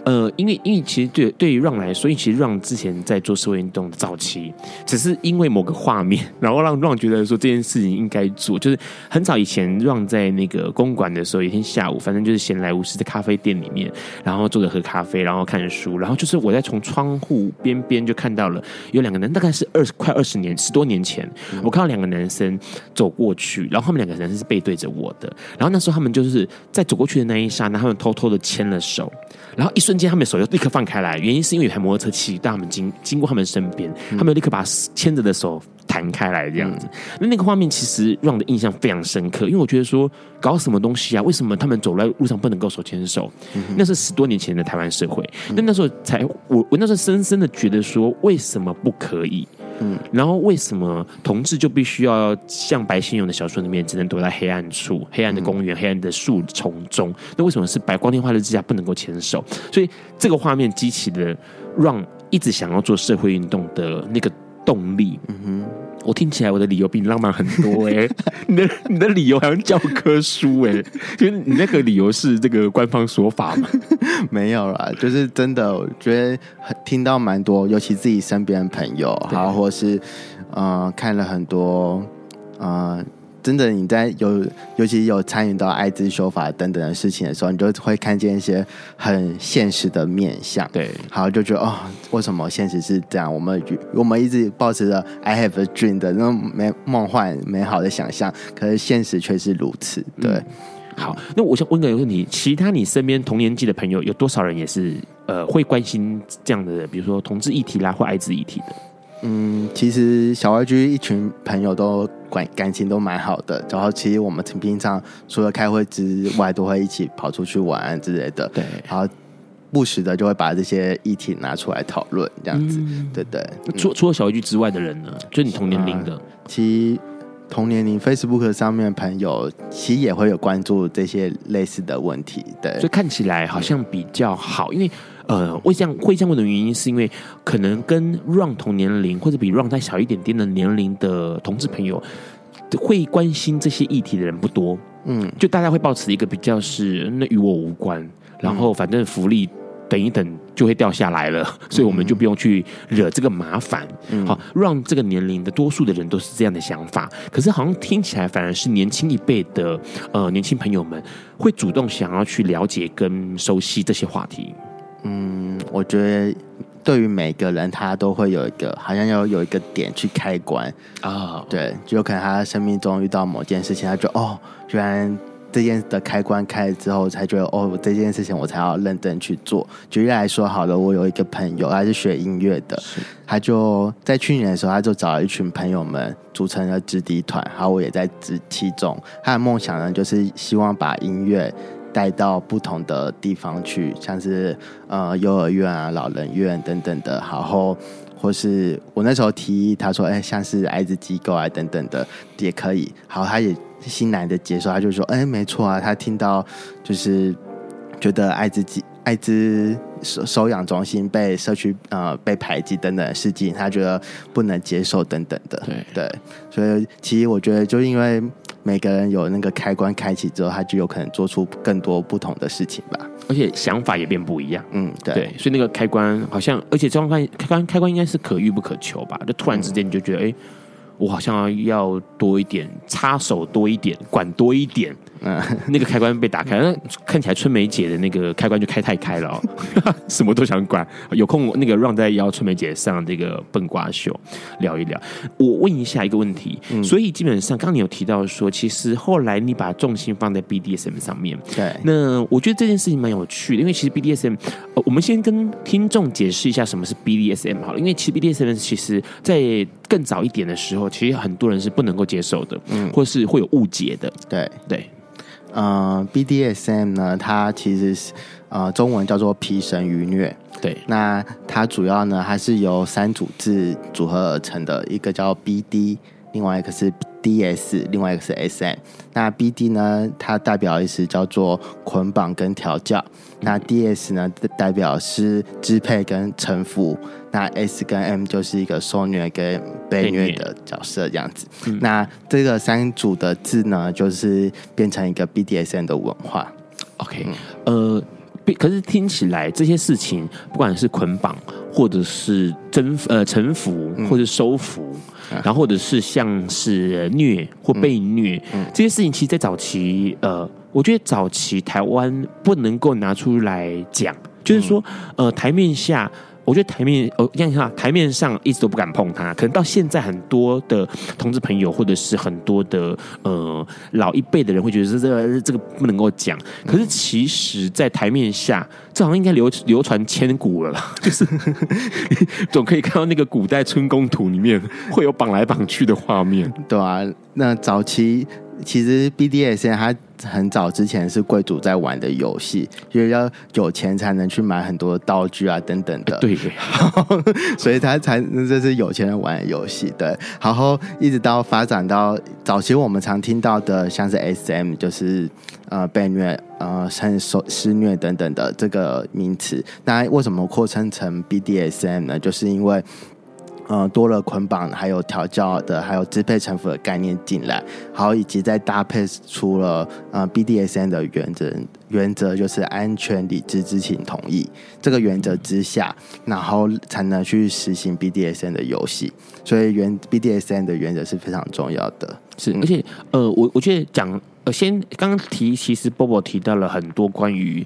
因为其实对于让来说，因为其实让之前在做社会运动的早期，只是因为某个画面，然后让觉得说这件事情应该做，就是很早以前让在那个公馆的时候，有一天下午，反正就是闲来无事在咖啡店里面，然后坐着喝咖啡，然后看书，然后就是我在从窗户边就看到了有两个人，大概是快20年10多年前，我看到两个男生走过去，然后他们两个人是背对着我的，然后那时候他们就是在走过去的那一刹那，他们偷偷的牵了手，然后一瞬间他们的手就立刻放开来，原因是因为有台摩托车骑到他们经过他们身边，他们立刻把牵着的手弹开来这样子。那个画面其实让我的印象非常深刻，因为我觉得说搞什么东西啊？为什么他们走在路上不能够手牵手？那是10多年前的台湾社会，那时候我那时候深深的觉得说，为什么不可以？然后为什么同志就必须要像白先勇的小说里面，只能躲在黑暗处、黑暗的公园、黑暗的树丛中？那为什么是白光天化日之下不能够牵手？所以这个画面激起了让一直想要做社会运动的那个动力。我听起来我的理由比你浪漫很多你的理由好像教科书就是你那个理由是这个官方说法吗？ 没有啦，就是真的，我觉得听到蛮多，尤其自己身边的朋友，然后或是看了很多真的你在尤其有参与到艾滋修法等等的事情的时候，你就会看见一些很现实的面向。 对， 好，就觉得为什么现实是这样？我们一直抱持着 I have a dream 的那种梦幻美好的想象，可是现实却是如此。对。 好，那我想问个问题：其他你身边同年纪的朋友，有多少人也是会关心这样的，比如说同志议题啦，或艾滋议题的？ 其实小YG一群朋友都感情都蛮好的，然后其实我们平常除了开会之外，都会一起跑出去玩之类的。对，然后不时的就会把这些议题拿出来讨论，这样子，对对。 除了小YG之外的人呢？就你同年龄的，其实同年龄 Facebook 上面的朋友，其实也会有关注这些类似的问题。对， 所以看起来好像比较好，因为。会这样问的原因，是因为可能跟 Run 同年龄或者比 Run 再小一点点的年龄的同志朋友，会关心这些议题的人不多。就大家会抱持一个比较是那与我无关，然后反正福利等一等就会掉下来了，所以我们就不用去惹这个麻烦。好，让这个年龄的多数的人都是这样的想法，可是好像听起来反而是年轻一辈的年轻朋友们会主动想要去了解跟熟悉这些话题。 我觉得对于每个人，他都会有一个，好像要有一个点去开关啊。对，就有可能他生命中遇到某件事情，他就居然这件的开关开了之后，才觉得这件事情我才要认真去做。举例来说好了，我有一个朋友，他是学音乐的，他就在去年的时候，他就找了一群朋友们组成了直笛团，然后我也在其中。他的梦想呢，就是希望把音乐带到不同的地方去，像是幼儿园啊、老人院等等的，然后或是我那时候提议，他说像是艾滋机构啊等等的也可以。好，他也欣然的接受，他就说没错啊，他听到就是觉得艾滋收养中心被社区被排挤等等的事情，他觉得不能接受等等的。对，所以其实我觉得就因为每个人有那个开关开启之后，他就有可能做出更多不同的事情吧， 而且想法也变不一样。 对， 所以那个开关好像，而且这种开关应该是可遇不可求吧？就突然之间你就觉得，我好像要多一点插手，多一点管多一点。那个开关被打开，那看起来春梅姐的那个开关就太开了什么都想管。有空那个让再邀春梅姐上这个笨瓜秀聊一聊。我问一下一个问题，所以基本上刚刚你有提到说，其实后来你把重心放在 BDSM 上面。 对， 那我觉得这件事情蛮有趣的，因为其实 BDSM，我们先跟听众解释一下什么是 BDSM 好了，因为其实 BDSM 其实在更早一点的时候，其实很多人是不能够接受的，或是会有误解的。对。 BDSM 呢，它其实是中文叫做皮绳愉虐。 对， 那它主要呢，它是由3组字组合而成的，一个叫 BD， 另外一个是 DS， 另外一个是 SM。那 BD 呢，它代表意思叫做捆绑跟调教。那 DS 呢，代表是支配跟臣服。那 S 跟 M 就是一个受虐跟被虐的角色这样子。那这个3组的字呢，就是变成一个 BDSM 的文化。 OK， 可是听起来这些事情，不管是捆绑，或者是臣服，或者是收服，然后或者是像是虐或被虐，这些事情，其实在早期，我觉得早期台湾不能够拿出来讲，就是说，台面下。我觉得台面上一直都不敢碰它，可能到现在很多的同志朋友，或者是很多的老一辈的人会觉得这个不能够讲。可是其实，在台面下，这好像应该流传千古了啦，就是总可以看到那个古代春宫图里面会有绑来绑去的画面， 对啊，那早期。其实 BDSM 它很早之前是贵族在玩的游戏，因为要有钱才能去买很多道具啊等等的。 对， 所以这是有钱人玩的游戏。对，然后一直到发展到早期我们常听到的像是 SM， 就是被虐、施虐等等的这个名词。那为什么扩称成 BDSM 呢？就是因为多了捆绑，还有调教的，还有支配臣服的概念进来，还有以及再搭配出了BDSM 的原则就是安全、理智、知情、同意这个原则之下，然后才能去实行 BDSM 的游戏。所以BDSM 的原则是非常重要的。 是，而且我觉得讲。先刚刚其实 Bobo 提到了很多关于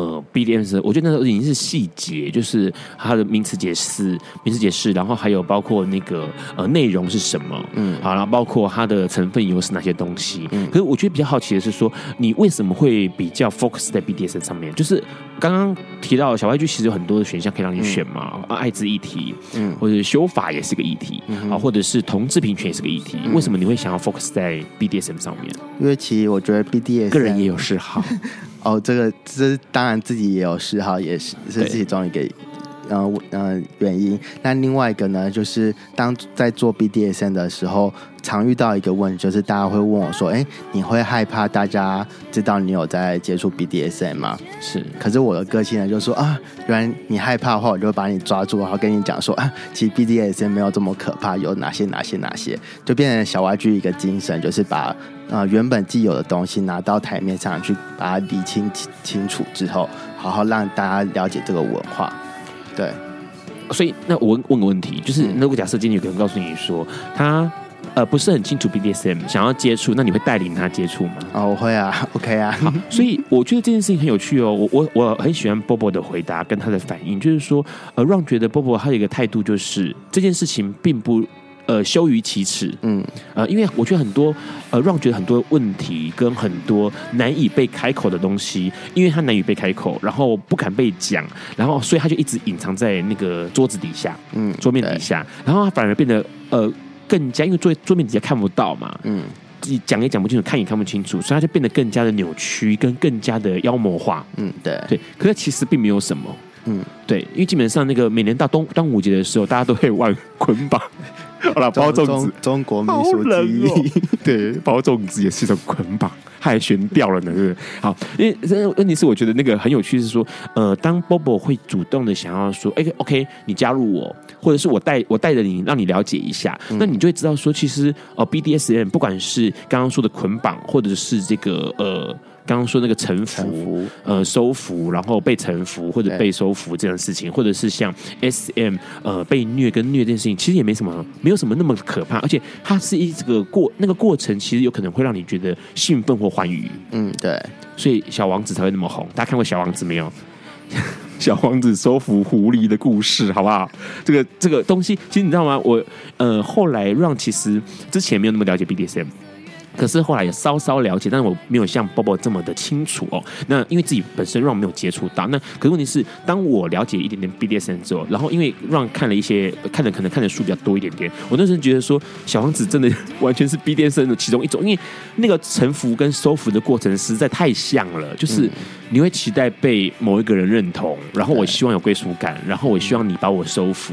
BDSM， 我觉得那已经是细节，就是它的名词解释，然后还有包括那个内容是什么，好，然后包括它的成分有是哪些东西。可是我觉得比较好奇的是说，你为什么会比较 focus 在 BDSM 上面？就是刚刚提到小 YG 其实有很多的选项可以让你选嘛，艾滋议题，或者修法也是个议题，或者是同志平权也是个议题。为什么你会想要 focus 在 BDSM 上面？ 因为其实我觉得 BDSM 个人也有嗜好这当然自己也有嗜好，也是其中一个原因。那另外一个呢，就是当在做 BDSM 的时候，常遇到一个问题，就是大家会问我说：“你会害怕大家知道你有在接触 BDSM 吗？” 是。 可是我的个性呢，就说原来你害怕的话，我就把你抓住，然后跟你讲说其实 BDSM 没有这么可怕，有哪些，就变成小 YG 一个精神，就是把原本既有的东西拿到台面上去，把它理清楚之后，好好让大家了解这个文化。对， 所以那我问个问题，就是如果假设今天有个人告诉你说他不是很清楚 BDSM， 想要接触，那你会带领他接触吗？ 我会啊 ，OK 啊。 好，所以我觉得这件事情很有趣哦。我很喜欢 Bobo 的回答跟他的反应，就是说Ron 觉得 Bobo 他有一个态度，就是这件事情并不羞于启齿，因为我觉得很多Ron 觉得很多问题跟很多难以被开口的东西，因为他难以被开口，然后不敢被讲，然后所以他就一直隐藏在那个桌子底下，桌面底下，然后他反而变得更加，因为桌面底下看不到嘛，讲也讲不清楚，看也看不清楚，所以他就变得更加的扭曲，跟更加的妖魔化，对，可是其实并没有什么，对，因为基本上那个每年到端午节的时候，大家都会玩捆绑。好了，包粽子， 中国民俗之一， 对，包粽子也是一种捆绑，它还悬吊了呢，对不对？好，因为问题是，我觉得那个很有趣，是说，当 Bobo 会主动的想要说，OK， 你加入我，或者是我带着你，让你了解一下，那你就会知道说，其实BDSM 不管是刚刚说的捆绑，或者是这个刚刚说那个臣服、收服，然后被臣服或者被收服这样的事情，或者是像 SM 被虐跟虐这件事情，其实也没有什么那么可怕，而且它是那个过程，其实有可能会让你觉得兴奋或欢愉。 对，所以小王子才会那么红。大家看过小王子没有？小王子收服狐狸的故事，好不好？这个东西，其实你知道吗？我后来让其实之前没有那么了解 BDSM。可是后来也稍稍了解，但是我没有像 Bobo 这么的清楚哦。那因为自己本身让没有接触到，那可是问题是，当我了解一点点 BDSM 之后，然后因为让看了一些可能看的书比较多一点点，我那时候觉得说，小王子真的完全是 BDSM 的其中一种，因为那个臣服跟收服的过程实在太像了，就是你会期待被某一个人认同，然后我希望有归属感，然后我希望你把我收服。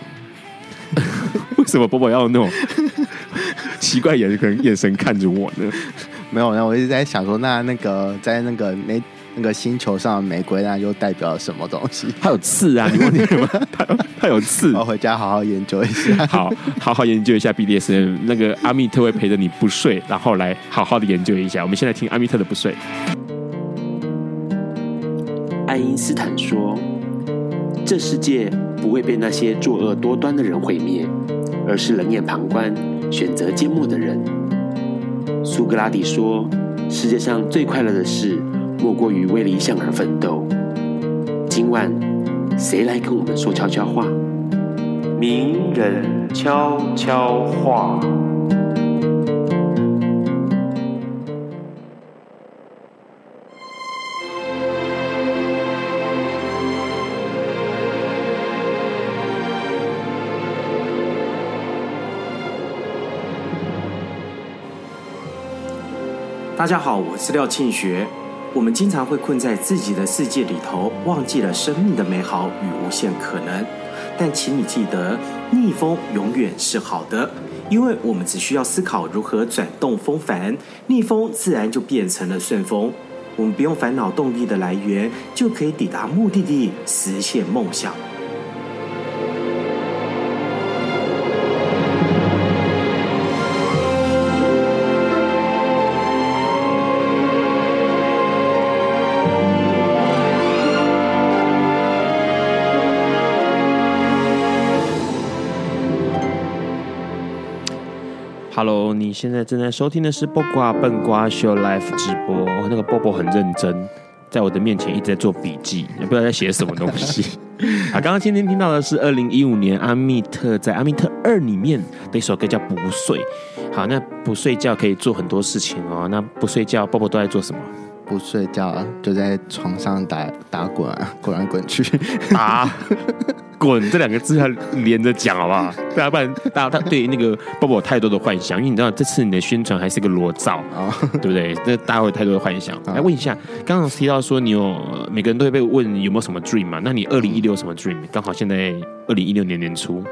为什么 Bobo 要那种奇怪眼神看着我呢？ 没有，我一直在想说，那个在那个星球上的玫瑰，那又代表了什么东西？ 它有刺啊，你忘记了吗？它有刺。 我回家好好研究一下。 好好研究一下 BDSM。那个阿密特会陪着你不睡，然后来好好的研究一下。我们现在听阿密特的不睡。 爱因斯坦说，这世界不会被那些作恶多端的人毁灭，而是冷眼旁观、选择缄默的人。苏格拉底说，世界上最快乐的事莫过于为理想而奋斗。今晚谁来跟我们说悄悄话？名人悄悄话。 大家好，我是廖庆学。我们经常会困在自己的世界里头，忘记了生命的美好与无限可能。但请你记得，逆风永远是好的，因为我们只需要思考如何转动风帆，逆风自然就变成了顺风。我们不用烦恼动力的来源，就可以抵达目的地，实现梦想。 Hello， 你现在正在收听的是不瓜笨瓜秀 Live 直播。那个 Bobo 很认真，在我的面前一直在做笔记，也不知道在写什么东西。刚刚今天听到的是2015年阿密特在《阿密特2》里面的一首歌叫《不睡》。好，那不睡觉可以做很多事情哦。那不睡觉 ，Bobo 都在做什么？ 不睡觉就在床上打滚啊，滚来滚去。 打滚这两个字要连着讲好不好？对啊，不然大家对那个 Bobo 有太多的幻想，因为你知道这次你的宣传还是个裸照，对不对？那大家会有太多的幻想。来问一下，刚刚提到说你有每个人都会被问有没有什么 dream 嘛？那你2016有什么 dream？ 刚好现在2016年年初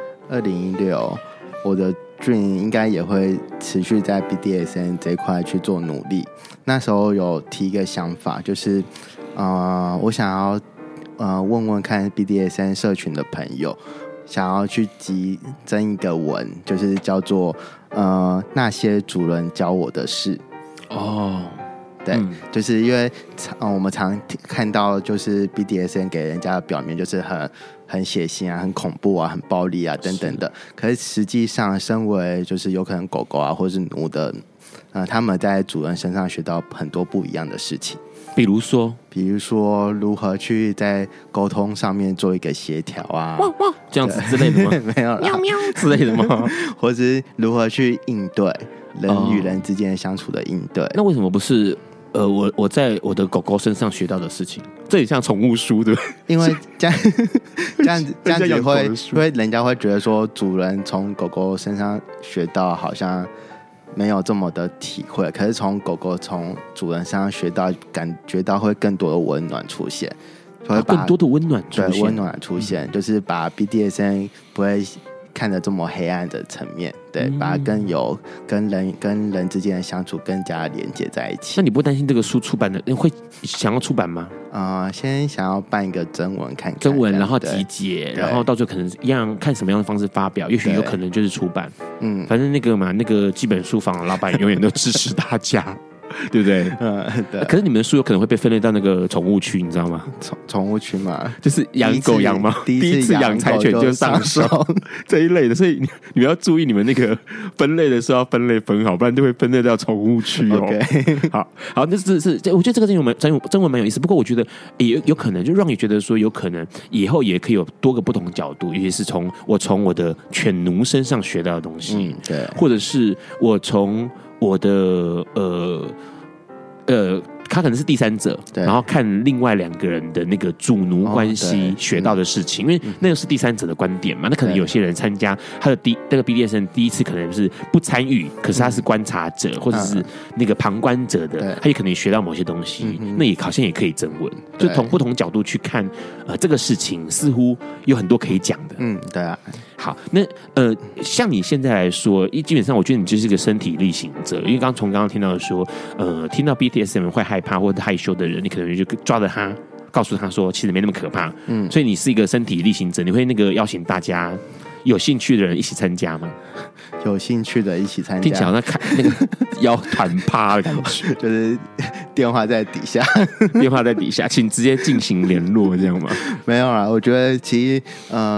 ，2016我的 dream 应该也会持续在 BDSM 这一块去做努力。那时候有提一个想法，就是我想要问问看 BDSM 社群的朋友，想要去集增一个文，就是叫做那些主人教我的事。哦，对，就是因为我们常看到就是 BDSM 给人家的表面就是很血腥啊、很恐怖啊、很暴力啊等等的，可是实际上身为就是有可能狗狗啊或是奴的他们在主人身上学到很多不一样的事情。 比如说如何去在沟通上面做一个协调啊， 汪汪这样子之类的吗？ 没有啦， 喵喵之类的吗？ 或是如何去应对人与人之间相处的应对？ 那为什么不是我在我的狗狗身上学到的事情？这也像宠物书对不对？ 因为这样子会人家会觉得说，主人从狗狗身上学到好像没有这么的体会，可是从主人身上学到，感觉到会更多的温暖出现，会更多的温暖出现， 对，温暖出现，就是把 BDSM 不会看得这么黑暗的层面，对，把它更有跟人之间的相处更加连接在一起。 那你不担心这个书出版的人会想要出版吗？ 先想要办一个征文看看， 征文，然后集结，然后到最后可能一样看什么样的方式发表，也许有可能就是出版。反正那个基本书房的老板永远都支持大家。对不对？对。可是你们的书有可能会被分类到那个宠物区，你知道吗？ 宠物区嘛， 就是养狗养猫，第一次养柴犬就上手这一类的，所以你们要注意你们那个分类的时候要分类分好，不然就会分类到宠物区哦。Okay. 好，那是，我觉得这个征文蛮有意思。不过我觉得也有可能，就让你觉得说，有可能以后也可以有多个不同的角度，尤其是从我的犬奴身上学到的东西， 对， 或者是我从我的他可能是第三者，然后看另外两个人的那个主奴关系学到的事情，因为那个是第三者的观点嘛。那可能有些人参加他的那个 BDSM 第一次可能是不参与，可是他是观察者或者是那个旁观者的，他也可能学到某些东西，那也好像也可以征文，就从不同角度去看这个事情，似乎有很多可以讲的。 对啊。 好，那像你现在来说，基本上我觉得你就是一个身体力行者，因为刚刚听到的说，听到 BDSM 会害怕或者害羞的人，你可能就抓着他，告诉他说，其实没那么可怕。所以你是一个身体力行者，你会那个邀请大家有兴趣的人一起参加吗？ 有兴趣的一起参加， 听起来好像看那个要团趴的感觉， 就是电话在底下， 电话在底下，请直接进行联络，这样吗？ 没有啦，我觉得其实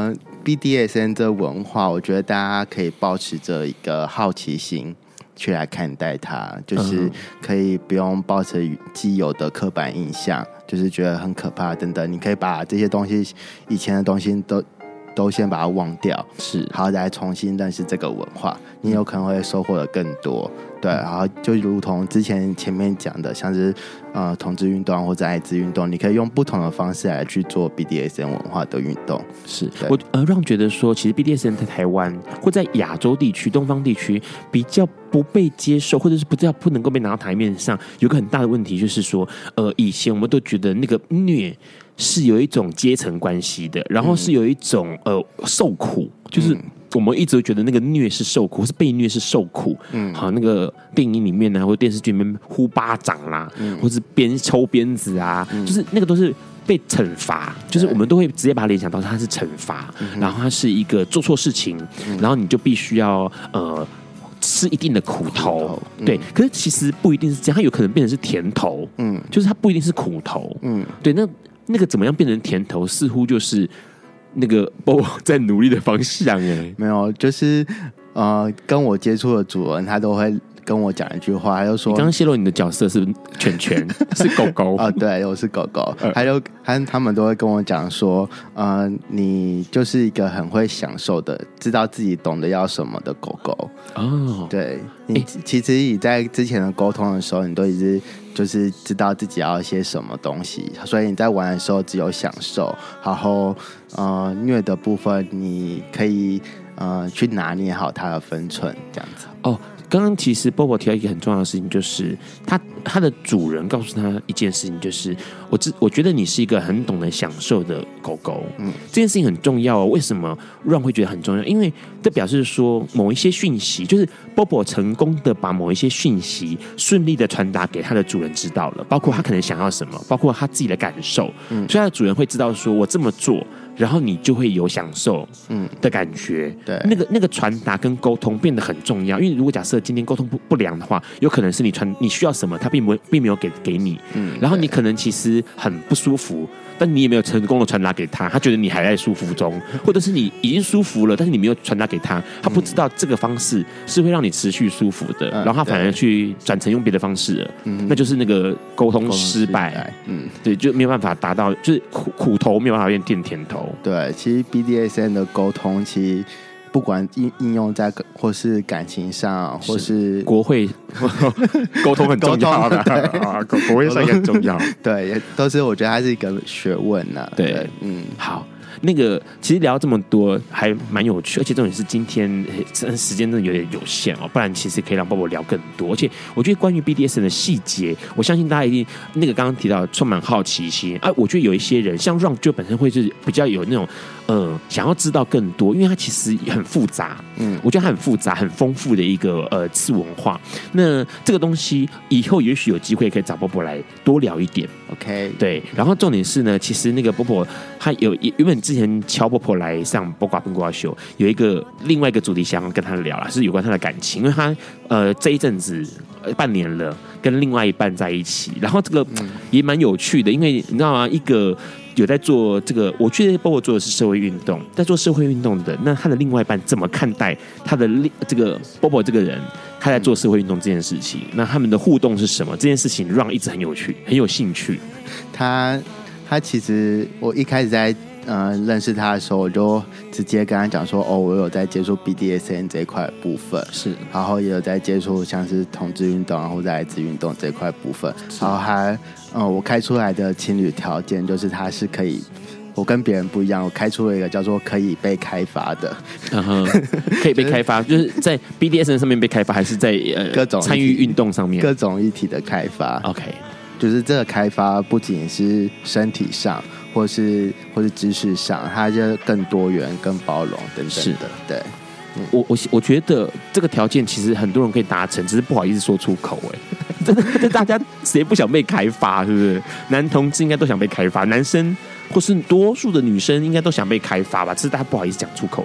BDSM 这文化，我觉得大家可以保持着一个好奇心去来看待它，就是可以不用抱着既有的刻板印象，就是觉得很可怕等等，你可以把这些东西以前的东西都先把它忘掉， 是， 好来重新认识这个文化，你有可能会收获的更多。对，然后就如同前面讲的，像是同志运动或者艾滋运动，你可以用不同的方式来去做 BDSM 文化的运动。是我让觉得说，其实 BDSM 在台湾或在亚洲地区、东方地区比较不被接受，或者是不能够被拿到台面上，有个很大的问题就是说，以前我们都觉得那个虐是有一种阶层关系的，然后是有一种受苦，就是我们一直觉得那个虐是受苦，或是被虐是受苦。好，那个电影里面呢，或者电视剧里面呼巴掌啦，或是抽鞭子啊，就是那个都是被惩罚，就是我们都会直接把它联想到它是惩罚，然后它是一个做错事情，然后你就必须要吃一定的苦头，对。可是其实不一定是这样，它有可能变成是甜头，就是它不一定是苦头，对。那个怎么样变成甜头，似乎就是那个Bobo在努力的方向哎， 没有，就是跟我接触的主人，他都会跟我讲一句话，他就说：“ 你刚刚泄露你的角色是犬犬，是狗狗啊？对，我是狗狗。他们都会跟我讲说，你就是一个很会享受的，知道自己懂得要什么的狗狗。哦，对，你其实你在之前的沟通的时候，你都一直就是知道自己要一些什么东西，所以你在玩的时候只有享受，然后虐的部分你可以去拿捏好它的分寸，这样子。 哦。刚刚其实 Bobo 提到一个很重要的事情，就是他的主人告诉他一件事情，就是我觉得你是一个很懂得享受的狗狗。这件事情很重要哦。为什么 Ron 会觉得很重要？因为这表示说某一些讯息，就是 Bobo 成功的把某一些讯息顺利的传达给他的主人知道了，包括他可能想要什么，包括他自己的感受，所以他的主人会知道说我这么做。然后你就会有享受的感觉， 对， 那个传达跟沟通变得很重要。因为如果假设今天沟通不良的话，有可能是你需要什么，他并没有给你，然后你可能其实很不舒服，但你也没有成功的传达给他，他觉得你还在舒服中，或者是你已经舒服了，但是你没有传达给他，他不知道这个方式是会让你持续舒服的，然后他反而去转成用别的方式了，那就是那个沟通失败，对，就没有办法达到，就是苦头没有办法变甜头。 对，其实 BDSM 的沟通，其实不管应用在或是感情上，或是国会沟通很重要的，国会上也很重要。 对，也都是我觉得它是一个学问呐。 对，好。那个其实聊这么多还蛮有趣，而且重点是今天时间真的有点有限哦，不然其实可以让Bobo聊更多。而且我觉得关于 BDSM 的细节，我相信大家一定那个刚刚提到充满好奇心啊。我觉得有一些人像 Ron 就本身会是比较有那种想要知道更多，因为它其实很复杂，我觉得它很复杂、很丰富的一个次文化。那这个东西以后也许有机会可以找Bobo来多聊一点。 OK， 对，然后重点是呢，其实那个Bobo他原本之前敲Bobo来上八卦笨瓜秀，有另外一个主题想要跟他聊啦，是有关他的感情，因为他这一阵子半年了跟另外一半在一起，然后这个也蛮有趣的，因为你知道吗？一个有在做这个，我觉得Bobo做的是社会运动，在做社会运动的，那他的另外一半怎么看待他的这个Bobo这个人？他在做社会运动这件事情，那他们的互动是什么？这件事情让一直很有趣，很有兴趣。 他其实我一开始在认识他的时候，我就直接跟他讲说，我有在接触 BDSM 这一块的部分， 是， 然后也有在接触像是同志运动啊或者艾滋运动这一块部分，然后我开出来的情侣条件就是他是可以。我跟别人不一样，我开出了一个叫做可以被开发的， 可以被开发，就是在 BDSM 上面被开发，还是在各种参与运动上面各种议题的开发。 OK， 就是这个开发不仅是身体上，或是知识上，它就更多元、更包容等等的。对， 我觉得这个条件其实很多人可以达成，只是不好意思说出口。真的，大家谁不想被开发？是不是？男同志应该都想被开发，男生或是多数的女生应该都想被开发吧，只是大家不好意思讲出口而已。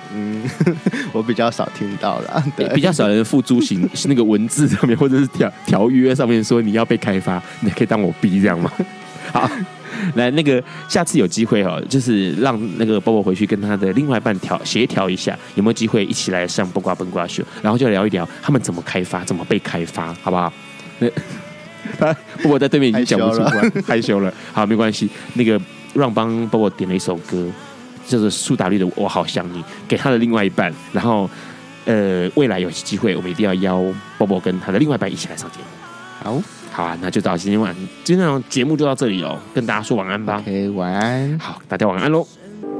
我比较少听到啦，对， 比较少人付诸行那个文字上面或者是条约上面说你要被开发，你可以当我逼这样吗？好，来那个下次有机会就是让那个 Bobo 回去跟他的另外一半协调一下，有没有机会一起来上不瓜笨瓜秀，然后就聊一聊他们怎么开发，怎么被开发，好不好？Bobo 在对面已经讲不出话，害羞了。好，没关系，那个让帮 Bobo 点了一首歌。就是苏打绿的《我好想你》，给他的另外一半，然后未来有机会，我们一定要邀 Bobo 跟他的另外一半一起来上节目。好啊，那就到今天节目就到这里哦，跟大家说晚安吧。 OK， 晚安。 好，大家晚安喽。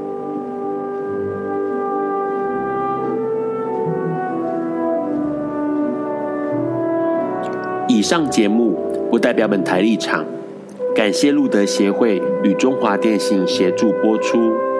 以上节目不代表本台立场，感谢路德协会与中华电信协助播出。